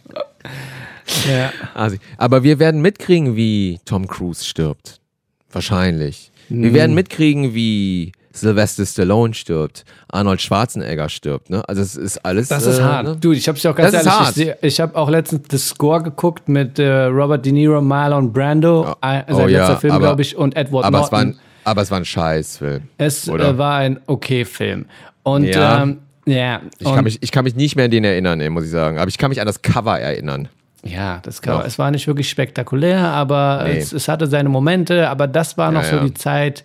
[SPEAKER 1] Ja.
[SPEAKER 2] Also, aber wir werden mitkriegen, wie Tom Cruise stirbt. Wahrscheinlich. Wir werden mitkriegen, wie Sylvester Stallone stirbt, Arnold Schwarzenegger stirbt. Ne? Also es ist alles.
[SPEAKER 1] Das ist
[SPEAKER 2] äh,
[SPEAKER 1] hart.
[SPEAKER 2] Ne?
[SPEAKER 1] Du, ich hab's ja auch ganz
[SPEAKER 2] Das ist
[SPEAKER 1] ehrlich.
[SPEAKER 2] hart.
[SPEAKER 1] Ich, seh- ich habe auch letztens das Score geguckt mit äh, Robert De Niro, Marlon Brando,
[SPEAKER 2] Oh,
[SPEAKER 1] ein,
[SPEAKER 2] oh
[SPEAKER 1] sein
[SPEAKER 2] ja,
[SPEAKER 1] letzter Film,
[SPEAKER 2] aber-
[SPEAKER 1] glaube ich, und Edward
[SPEAKER 2] Aber es, war
[SPEAKER 1] Norton.
[SPEAKER 2] ein, aber es war ein Scheißfilm.
[SPEAKER 1] Es
[SPEAKER 2] oder?
[SPEAKER 1] äh, war ein okay Film. Und
[SPEAKER 2] Ja.
[SPEAKER 1] ähm, ja,
[SPEAKER 2] Ich
[SPEAKER 1] und,
[SPEAKER 2] kann, mich, ich kann mich nicht mehr an den erinnern, ey, muss ich sagen. Aber ich kann mich an das Cover erinnern.
[SPEAKER 1] ja, das kann,
[SPEAKER 2] Doch.
[SPEAKER 1] es war nicht wirklich spektakulär, aber
[SPEAKER 2] Nee.
[SPEAKER 1] es, es hatte seine Momente. Aber das war noch
[SPEAKER 2] Ja,
[SPEAKER 1] so
[SPEAKER 2] ja.
[SPEAKER 1] die Zeit,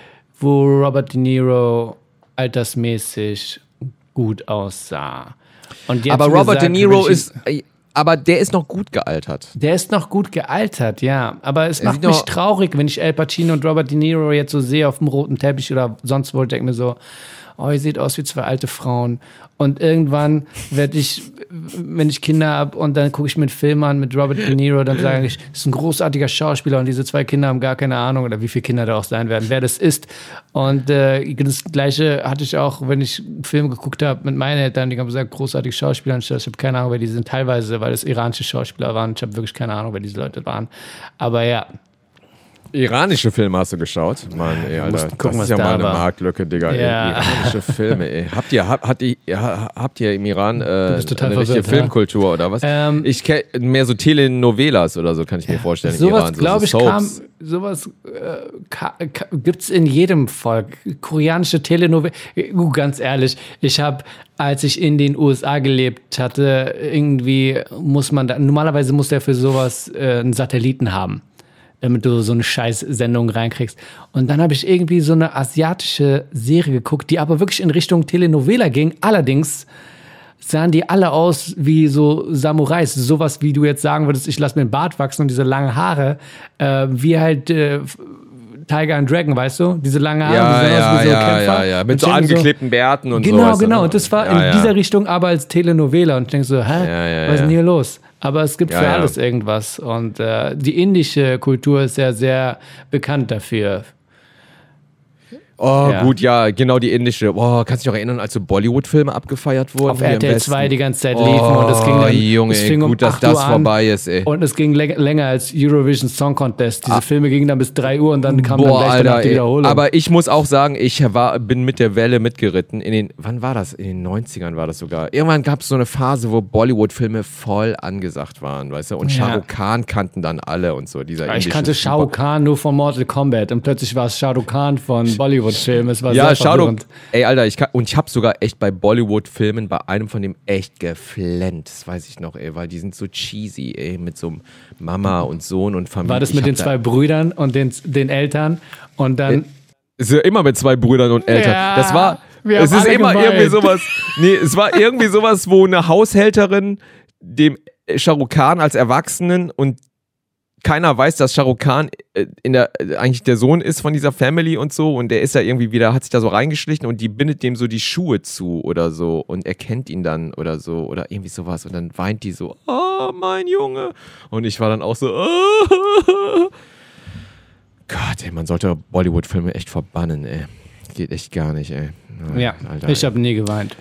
[SPEAKER 1] wo Robert De Niro altersmäßig gut aussah. Und jetzt,
[SPEAKER 2] aber
[SPEAKER 1] wie
[SPEAKER 2] Robert
[SPEAKER 1] gesagt,
[SPEAKER 2] De Niro
[SPEAKER 1] wenn ich-
[SPEAKER 2] ist. ey, Aber der ist noch gut gealtert.
[SPEAKER 1] Der ist noch gut gealtert, ja. Aber es
[SPEAKER 2] Er
[SPEAKER 1] macht
[SPEAKER 2] sieht
[SPEAKER 1] mich
[SPEAKER 2] noch-
[SPEAKER 1] traurig, wenn ich Al Pacino und Robert De Niro jetzt so sehe auf dem roten Teppich oder sonst wo. Ich denke mir so, oh, ihr seht aus wie zwei alte Frauen. Und irgendwann werde ich, wenn ich Kinder habe und dann gucke ich mir einen Film an mit Robert De Niro, dann sage ich, das ist ein großartiger Schauspieler und diese zwei Kinder haben gar keine Ahnung oder wie viele Kinder da auch sein werden, wer das ist. Und äh, das Gleiche hatte ich auch, wenn ich einen Film geguckt habe mit meinen Eltern, die haben gesagt, großartige Schauspieler. Und ich habe keine Ahnung, wer die sind, teilweise, weil es iranische Schauspieler waren. Ich habe wirklich keine Ahnung, wer diese Leute waren. Aber ja,
[SPEAKER 2] Iranische Filme hast du geschaut? Mann, ey, Alter.
[SPEAKER 1] mussten gucken,
[SPEAKER 2] das ist
[SPEAKER 1] was
[SPEAKER 2] ja
[SPEAKER 1] da
[SPEAKER 2] mal eine
[SPEAKER 1] war.
[SPEAKER 2] Marktlücke, Digga.
[SPEAKER 1] Ja.
[SPEAKER 2] Ey. Iranische Filme, ey. Habt ihr, hab, hat die, ja, habt ihr im Iran äh,
[SPEAKER 1] bist total
[SPEAKER 2] eine richtige
[SPEAKER 1] verwirrt, ja.
[SPEAKER 2] Filmkultur oder was?
[SPEAKER 1] Ähm,
[SPEAKER 2] ich kenne mehr so Telenovelas oder so, kann ich mir vorstellen. im
[SPEAKER 1] sowas,
[SPEAKER 2] Iran. So,
[SPEAKER 1] glaube ich,
[SPEAKER 2] so
[SPEAKER 1] kam,
[SPEAKER 2] Soaps.
[SPEAKER 1] sowas äh, ka, ka, gibt's in jedem Volk. Koreanische Telenovela. Uh, ganz ehrlich, ich habe, als ich in den U S A gelebt hatte, irgendwie muss man da, normalerweise muss der für sowas äh, einen Satelliten haben, damit du so eine Scheiß-Sendung reinkriegst. Und dann habe ich irgendwie so eine asiatische Serie geguckt, die aber wirklich in Richtung Telenovela ging. Allerdings sahen die alle aus wie so Samurais. Sowas, wie du jetzt sagen würdest, ich lasse mir den Bart wachsen und diese langen Haare. Äh, wie halt äh, Tiger and Dragon, weißt du? Diese lange Haare,
[SPEAKER 2] Ja,
[SPEAKER 1] die sahen
[SPEAKER 2] ja,
[SPEAKER 1] aus wie so
[SPEAKER 2] ja,
[SPEAKER 1] Kämpfer.
[SPEAKER 2] ja, ja. Mit
[SPEAKER 1] Und
[SPEAKER 2] so
[SPEAKER 1] ich denke
[SPEAKER 2] angeklebten Bärten und
[SPEAKER 1] Genau,
[SPEAKER 2] sowas.
[SPEAKER 1] genau.
[SPEAKER 2] ne?
[SPEAKER 1] Und das war
[SPEAKER 2] ja,
[SPEAKER 1] in
[SPEAKER 2] ja.
[SPEAKER 1] dieser Richtung aber als Telenovela. Und ich denke so, hä,
[SPEAKER 2] Ja, ja,
[SPEAKER 1] was ist denn
[SPEAKER 2] ja.
[SPEAKER 1] hier los? Aber es gibt
[SPEAKER 2] Ja,
[SPEAKER 1] für
[SPEAKER 2] ja.
[SPEAKER 1] alles irgendwas. Und äh, die indische Kultur ist ja sehr bekannt dafür.
[SPEAKER 2] Oh,
[SPEAKER 1] Ja.
[SPEAKER 2] gut, ja, genau die indische. Oh, kannst du dich noch erinnern, als so Bollywood-Filme abgefeiert wurden?
[SPEAKER 1] Auf
[SPEAKER 2] hier im
[SPEAKER 1] R T L
[SPEAKER 2] Westen?
[SPEAKER 1] zwei die ganze Zeit liefen
[SPEAKER 2] Oh,
[SPEAKER 1] und es ging dann,
[SPEAKER 2] Junge,
[SPEAKER 1] es
[SPEAKER 2] ey,
[SPEAKER 1] fing um
[SPEAKER 2] gut, dass
[SPEAKER 1] acht Uhr
[SPEAKER 2] das
[SPEAKER 1] an
[SPEAKER 2] vorbei ist, ey.
[SPEAKER 1] und es ging lä- länger als Eurovision Song Contest. Diese Filme gingen dann bis drei Uhr und dann kam
[SPEAKER 2] Boah,
[SPEAKER 1] dann gleich danach
[SPEAKER 2] Alter,
[SPEAKER 1] die
[SPEAKER 2] ey.
[SPEAKER 1] Wiederholung.
[SPEAKER 2] Aber ich muss auch sagen, ich war, bin mit der Welle mitgeritten. In den, wann war das? In den neunzigern war das sogar. Irgendwann gab es so eine Phase, wo Bollywood-Filme voll angesagt waren, weißt du? Und
[SPEAKER 1] Ja.
[SPEAKER 2] Shah Rukh Khan kannten dann alle und so. Dieser
[SPEAKER 1] ich
[SPEAKER 2] indische
[SPEAKER 1] kannte Shah Rukh Khan nur von Mortal Kombat und plötzlich war es Shah Rukh Khan von Bollywood-Filmen. Es war
[SPEAKER 2] Ja,
[SPEAKER 1] sehr
[SPEAKER 2] Shah Rukh.
[SPEAKER 1] verwirrend.
[SPEAKER 2] Ey, Alter, ich kann, und ich habe sogar echt bei Bollywood-Filmen bei einem von dem echt geflennt. Das weiß ich noch, ey, weil die sind so cheesy, ey, mit so einem Mama und Sohn und Familie.
[SPEAKER 1] War das
[SPEAKER 2] Ich
[SPEAKER 1] mit
[SPEAKER 2] hab
[SPEAKER 1] den
[SPEAKER 2] da-
[SPEAKER 1] zwei Brüdern und den, den Eltern und dann...
[SPEAKER 2] Es ist ja immer mit zwei Brüdern und Eltern.
[SPEAKER 1] Ja,
[SPEAKER 2] das war,
[SPEAKER 1] wir
[SPEAKER 2] es
[SPEAKER 1] haben
[SPEAKER 2] ist
[SPEAKER 1] alle
[SPEAKER 2] immer
[SPEAKER 1] geweint.
[SPEAKER 2] irgendwie sowas, nee, es war irgendwie sowas, wo eine Haushälterin dem Shah Rukh Khan als Erwachsenen und keiner weiß, dass Shah Rukh Khan äh, in der, äh, eigentlich der Sohn ist von dieser Family und so und der ist ja irgendwie wieder, hat sich da so reingeschlichen und die bindet dem so die Schuhe zu oder so und erkennt ihn dann oder so oder irgendwie sowas und dann weint die so, oh, mein Junge. Und ich war dann auch so, oh. Gott, ey, man sollte Bollywood-Filme echt verbannen, ey. Geht echt gar nicht, ey. Nein,
[SPEAKER 1] Ja,
[SPEAKER 2] Alter,
[SPEAKER 1] ich
[SPEAKER 2] ey.
[SPEAKER 1] habe nie geweint.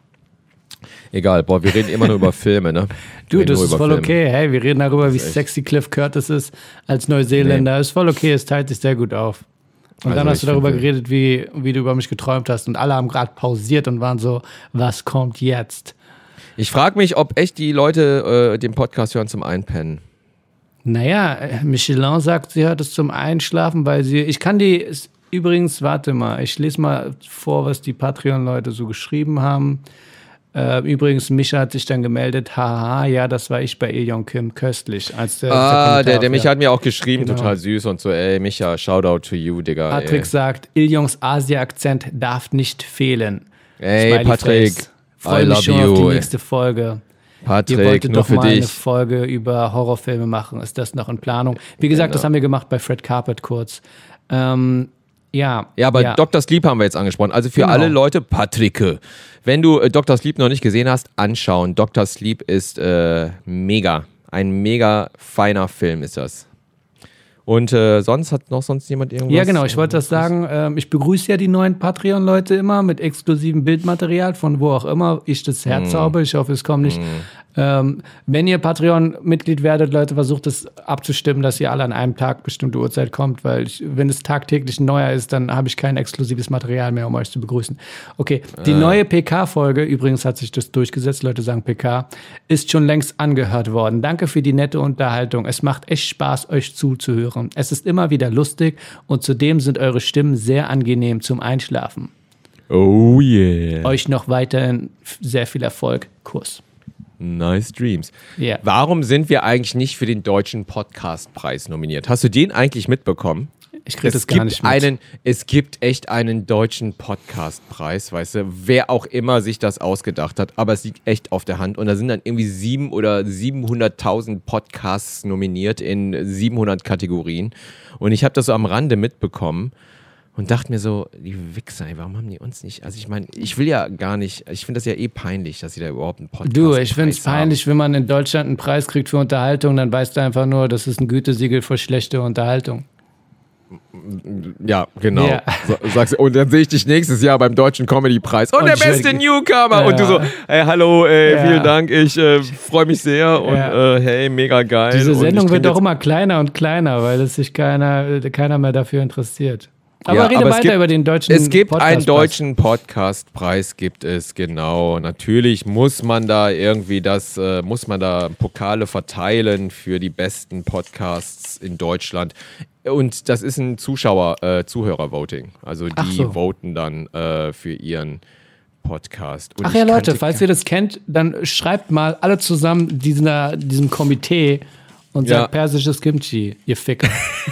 [SPEAKER 2] Egal, boah, wir reden immer nur über Filme, ne?
[SPEAKER 1] Du,
[SPEAKER 2] Wir reden
[SPEAKER 1] das
[SPEAKER 2] nur
[SPEAKER 1] ist
[SPEAKER 2] über
[SPEAKER 1] voll
[SPEAKER 2] Filme.
[SPEAKER 1] okay. Hey, wir reden darüber, wie
[SPEAKER 2] ist echt-
[SPEAKER 1] sexy Cliff Curtis ist als Neuseeländer. Ist voll okay, es teilt sich sehr gut auf. Und
[SPEAKER 2] Also
[SPEAKER 1] dann hast
[SPEAKER 2] ich
[SPEAKER 1] du darüber
[SPEAKER 2] finde-
[SPEAKER 1] geredet, wie, wie du über mich geträumt hast. Und alle haben gerade pausiert und waren so, was kommt jetzt?
[SPEAKER 2] Ich frage mich, ob echt die Leute äh, den Podcast hören zum Einpennen.
[SPEAKER 1] Naja, äh, Michelin sagt, sie hört es zum Einschlafen, weil sie, ich kann die, ist, übrigens, warte mal, ich lese mal vor, was die Patreon-Leute so geschrieben haben. Äh, übrigens, Mischa hat sich dann gemeldet, haha, ja, das war ich bei Iljong Kim, köstlich. Als der,
[SPEAKER 2] Ah, der, der
[SPEAKER 1] mich
[SPEAKER 2] Micha hat mir auch geschrieben,
[SPEAKER 1] Genau.
[SPEAKER 2] total süß und so, ey, Micha, Shoutout to you, Digga.
[SPEAKER 1] Patrick
[SPEAKER 2] ey.
[SPEAKER 1] sagt, Iljongs Asia-Akzent darf nicht fehlen.
[SPEAKER 2] Ey,
[SPEAKER 1] Smiley
[SPEAKER 2] Patrick,
[SPEAKER 1] Face.
[SPEAKER 2] I
[SPEAKER 1] Freue mich
[SPEAKER 2] love
[SPEAKER 1] schon
[SPEAKER 2] you,
[SPEAKER 1] auf die
[SPEAKER 2] ey.
[SPEAKER 1] nächste Folge. Ihr
[SPEAKER 2] Patrick,
[SPEAKER 1] wolltet
[SPEAKER 2] nur
[SPEAKER 1] doch
[SPEAKER 2] für
[SPEAKER 1] mal eine
[SPEAKER 2] dich.
[SPEAKER 1] Folge über Horrorfilme machen. Ist das noch in Planung? Wie gesagt,
[SPEAKER 2] Genau.
[SPEAKER 1] das haben wir gemacht bei Fred Carpet kurz. Ähm, ja.
[SPEAKER 2] Ja, aber Doktor Sleep haben wir jetzt angesprochen. Also für
[SPEAKER 1] Genau.
[SPEAKER 2] alle Leute, Patrick, wenn du äh, Doktor Sleep noch nicht gesehen hast, anschauen. Doktor Sleep ist äh, mega. Ein mega feiner Film ist das. Und äh, sonst hat noch sonst jemand irgendwas?
[SPEAKER 1] Ja, genau, ich wollte das sagen. Ähm, ich begrüße ja die neuen Patreon-Leute immer mit exklusivem Bildmaterial, von wo auch immer ich das herzauber. Ich hoffe, es kommen nicht Ähm, wenn ihr Patreon-Mitglied werdet, Leute, versucht es abzustimmen, dass ihr alle an einem Tag bestimmte Uhrzeit kommt, weil ich, wenn es tagtäglich ein neuer ist, dann habe ich kein exklusives Material mehr, um euch zu begrüßen. Okay, die äh. neue P K-Folge, übrigens hat sich das durchgesetzt, Leute sagen P K, ist schon längst angehört worden. Danke für die nette Unterhaltung. Es macht echt Spaß, euch zuzuhören. Es ist immer wieder lustig und zudem sind eure Stimmen sehr angenehm zum Einschlafen.
[SPEAKER 2] Oh yeah.
[SPEAKER 1] Euch noch weiterhin sehr viel Erfolg. Kuss.
[SPEAKER 2] Nice Dreams.
[SPEAKER 1] Yeah.
[SPEAKER 2] Warum sind wir eigentlich nicht für den Deutschen Podcastpreis nominiert? Hast du den eigentlich mitbekommen?
[SPEAKER 1] Ich kriege das gar nicht mit.
[SPEAKER 2] Einen, es gibt echt einen Deutschen Podcastpreis, weißt du, wer auch immer sich das ausgedacht hat, aber es liegt echt auf der Hand und da sind dann irgendwie sieben oder siebenhunderttausend Podcasts nominiert in siebenhundert Kategorien und ich habe das so am Rande mitbekommen. Und dachte mir so, die Wichser, ey, warum haben die uns nicht? Also ich meine, ich will ja gar nicht, ich finde das ja eh peinlich, dass sie da überhaupt einen Podcast haben.
[SPEAKER 1] Du, ich finde es peinlich, wenn man in Deutschland einen Preis kriegt für Unterhaltung, dann weißt du einfach nur, das ist ein Gütesiegel für schlechte Unterhaltung.
[SPEAKER 2] Ja, genau.
[SPEAKER 1] Ja.
[SPEAKER 2] So, sagst du, und dann sehe ich dich nächstes Jahr beim Deutschen Comedy-Preis. Und, und der beste will, Newcomer. Ja. Und du so, hey, hallo, ey, ja. vielen Dank, ich äh, freue mich sehr und ja. äh, hey, mega geil.
[SPEAKER 1] Diese Sendung wird doch immer kleiner und kleiner, weil es sich keiner, keiner mehr dafür interessiert. Aber
[SPEAKER 2] ja,
[SPEAKER 1] rede
[SPEAKER 2] aber
[SPEAKER 1] weiter
[SPEAKER 2] gibt,
[SPEAKER 1] über den deutschen
[SPEAKER 2] Es gibt einen deutschen Podcastpreis, gibt es, genau. Natürlich muss man da irgendwie das, äh, muss man da Pokale verteilen für die besten Podcasts in Deutschland. Und das ist ein Zuschauer, äh, Zuhörer-Voting. Also die so. voten dann äh, für ihren Podcast. Und
[SPEAKER 1] Ach ja, Leute, falls ihr das kennt, dann schreibt mal alle zusammen dieser, diesem Komitee und sagt ja. persisches Kimchi, ihr Ficker.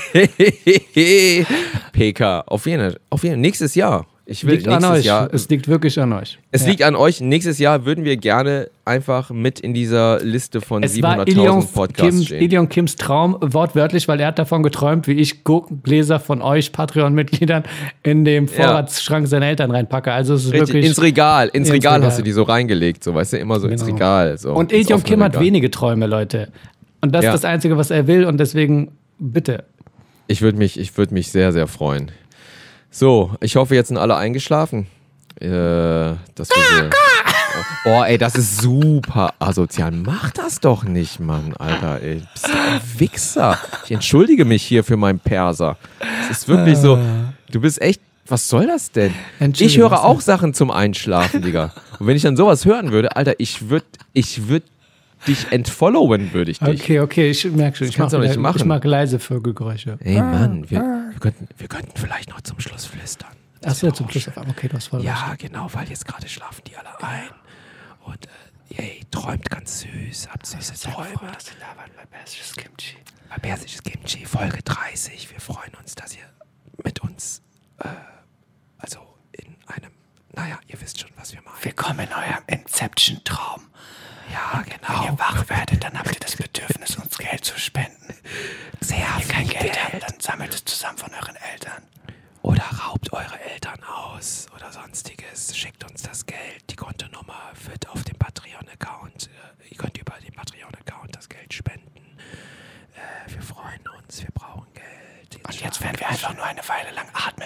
[SPEAKER 2] P K, auf jeden Fall. Auf jeden Fall. Nächstes Jahr. Ich will
[SPEAKER 1] liegt
[SPEAKER 2] nächstes
[SPEAKER 1] an euch.
[SPEAKER 2] Jahr.
[SPEAKER 1] Es liegt wirklich an euch.
[SPEAKER 2] Es
[SPEAKER 1] ja.
[SPEAKER 2] liegt an euch. Nächstes Jahr würden wir gerne einfach mit in dieser Liste von siebenhunderttausend Podcasts
[SPEAKER 1] Kim,
[SPEAKER 2] stehen.
[SPEAKER 1] Ilion Kims Traum, wortwörtlich, weil er hat davon geträumt, wie ich Gurkengläser von euch Patreon-Mitgliedern in dem Vorratsschrank ja. seiner Eltern reinpacke. Also es ist
[SPEAKER 2] Richtig,
[SPEAKER 1] wirklich
[SPEAKER 2] ins Regal. Ins, ins Regal, Regal hast du die so reingelegt, so weißt du, immer so genau. ins Regal. So,
[SPEAKER 1] und Ilion Kim Regal. Hat wenige Träume, Leute. Und das ja. ist das Einzige, was er will und deswegen bitte.
[SPEAKER 2] Ich würde mich, ich würd mich sehr, sehr freuen. So, ich hoffe, jetzt sind alle eingeschlafen. Äh, dass wir so, boah, ey, das ist super asozial. Mach das doch nicht, Mann, Alter. Ey, bist du ein Wichser. Ich entschuldige mich hier für meinen Perser. Es ist wirklich so, du bist echt, was soll das denn? Ich höre auch Sachen zum Einschlafen, Digga. Und wenn ich dann sowas hören würde, Alter, ich würde, ich würde dich entfollowen, würde ich dich.
[SPEAKER 1] Okay, okay, ich merke schon, ich mag,
[SPEAKER 2] nicht machen.
[SPEAKER 1] ich mag leise Vögelgeräusche.
[SPEAKER 2] Ey, Mann, wir, wir, könnten, wir könnten vielleicht noch zum Schluss flüstern.
[SPEAKER 1] Achso, zum Schluss. Okay, du hast voll
[SPEAKER 2] Ja,
[SPEAKER 1] recht.
[SPEAKER 2] genau, weil jetzt gerade schlafen die alle ein. Und, äh, ey, träumt ganz süß, habt süße Träume.
[SPEAKER 1] Bei Persisches Kimchi.
[SPEAKER 2] Bei Persisches Kimchi, Folge dreißig. Wir freuen uns, dass ihr mit uns, äh, also in einem, naja, ihr wisst schon, was wir meinen.
[SPEAKER 1] Willkommen in eurem Inception-Traum.
[SPEAKER 2] Ja, genau.
[SPEAKER 1] Wenn ihr wach werdet, dann habt ihr das Bedürfnis, uns Geld zu spenden.
[SPEAKER 2] Sehr
[SPEAKER 1] Wenn ihr kein
[SPEAKER 2] Geld,
[SPEAKER 1] Geld habt, dann sammelt es zusammen von euren Eltern.
[SPEAKER 2] Oder raubt eure Eltern aus oder sonstiges. Schickt uns das Geld. Die Kontonummer wird auf dem Patreon-Account. Ihr könnt über den Patreon-Account das Geld spenden. Äh, wir freuen uns, wir brauchen Geld.
[SPEAKER 1] Jetzt Und jetzt werden wir einfach nur eine Weile lang atmen.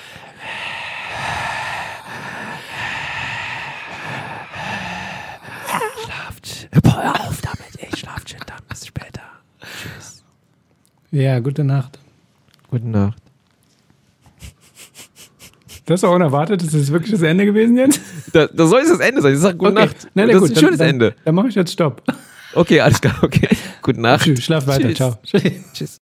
[SPEAKER 2] Schlaft. Hör auf damit, ey. Schlaft schön dann. Bis später. Tschüss.
[SPEAKER 1] Ja, gute Nacht.
[SPEAKER 2] Gute Nacht.
[SPEAKER 1] Das war unerwartet. Das ist wirklich das Ende gewesen jetzt?
[SPEAKER 2] Da, das soll jetzt das Ende sein. Ich sag gute
[SPEAKER 1] okay.
[SPEAKER 2] Nacht.
[SPEAKER 1] Nein, nein,
[SPEAKER 2] das
[SPEAKER 1] gut,
[SPEAKER 2] ist ein schönes
[SPEAKER 1] dann,
[SPEAKER 2] Ende.
[SPEAKER 1] Dann, dann mache ich jetzt Stopp.
[SPEAKER 2] Okay, alles klar. Okay. Gute Nacht.
[SPEAKER 1] Tschüss, schlaf weiter.
[SPEAKER 2] Tschüss.
[SPEAKER 1] Ciao.
[SPEAKER 2] Tschüss.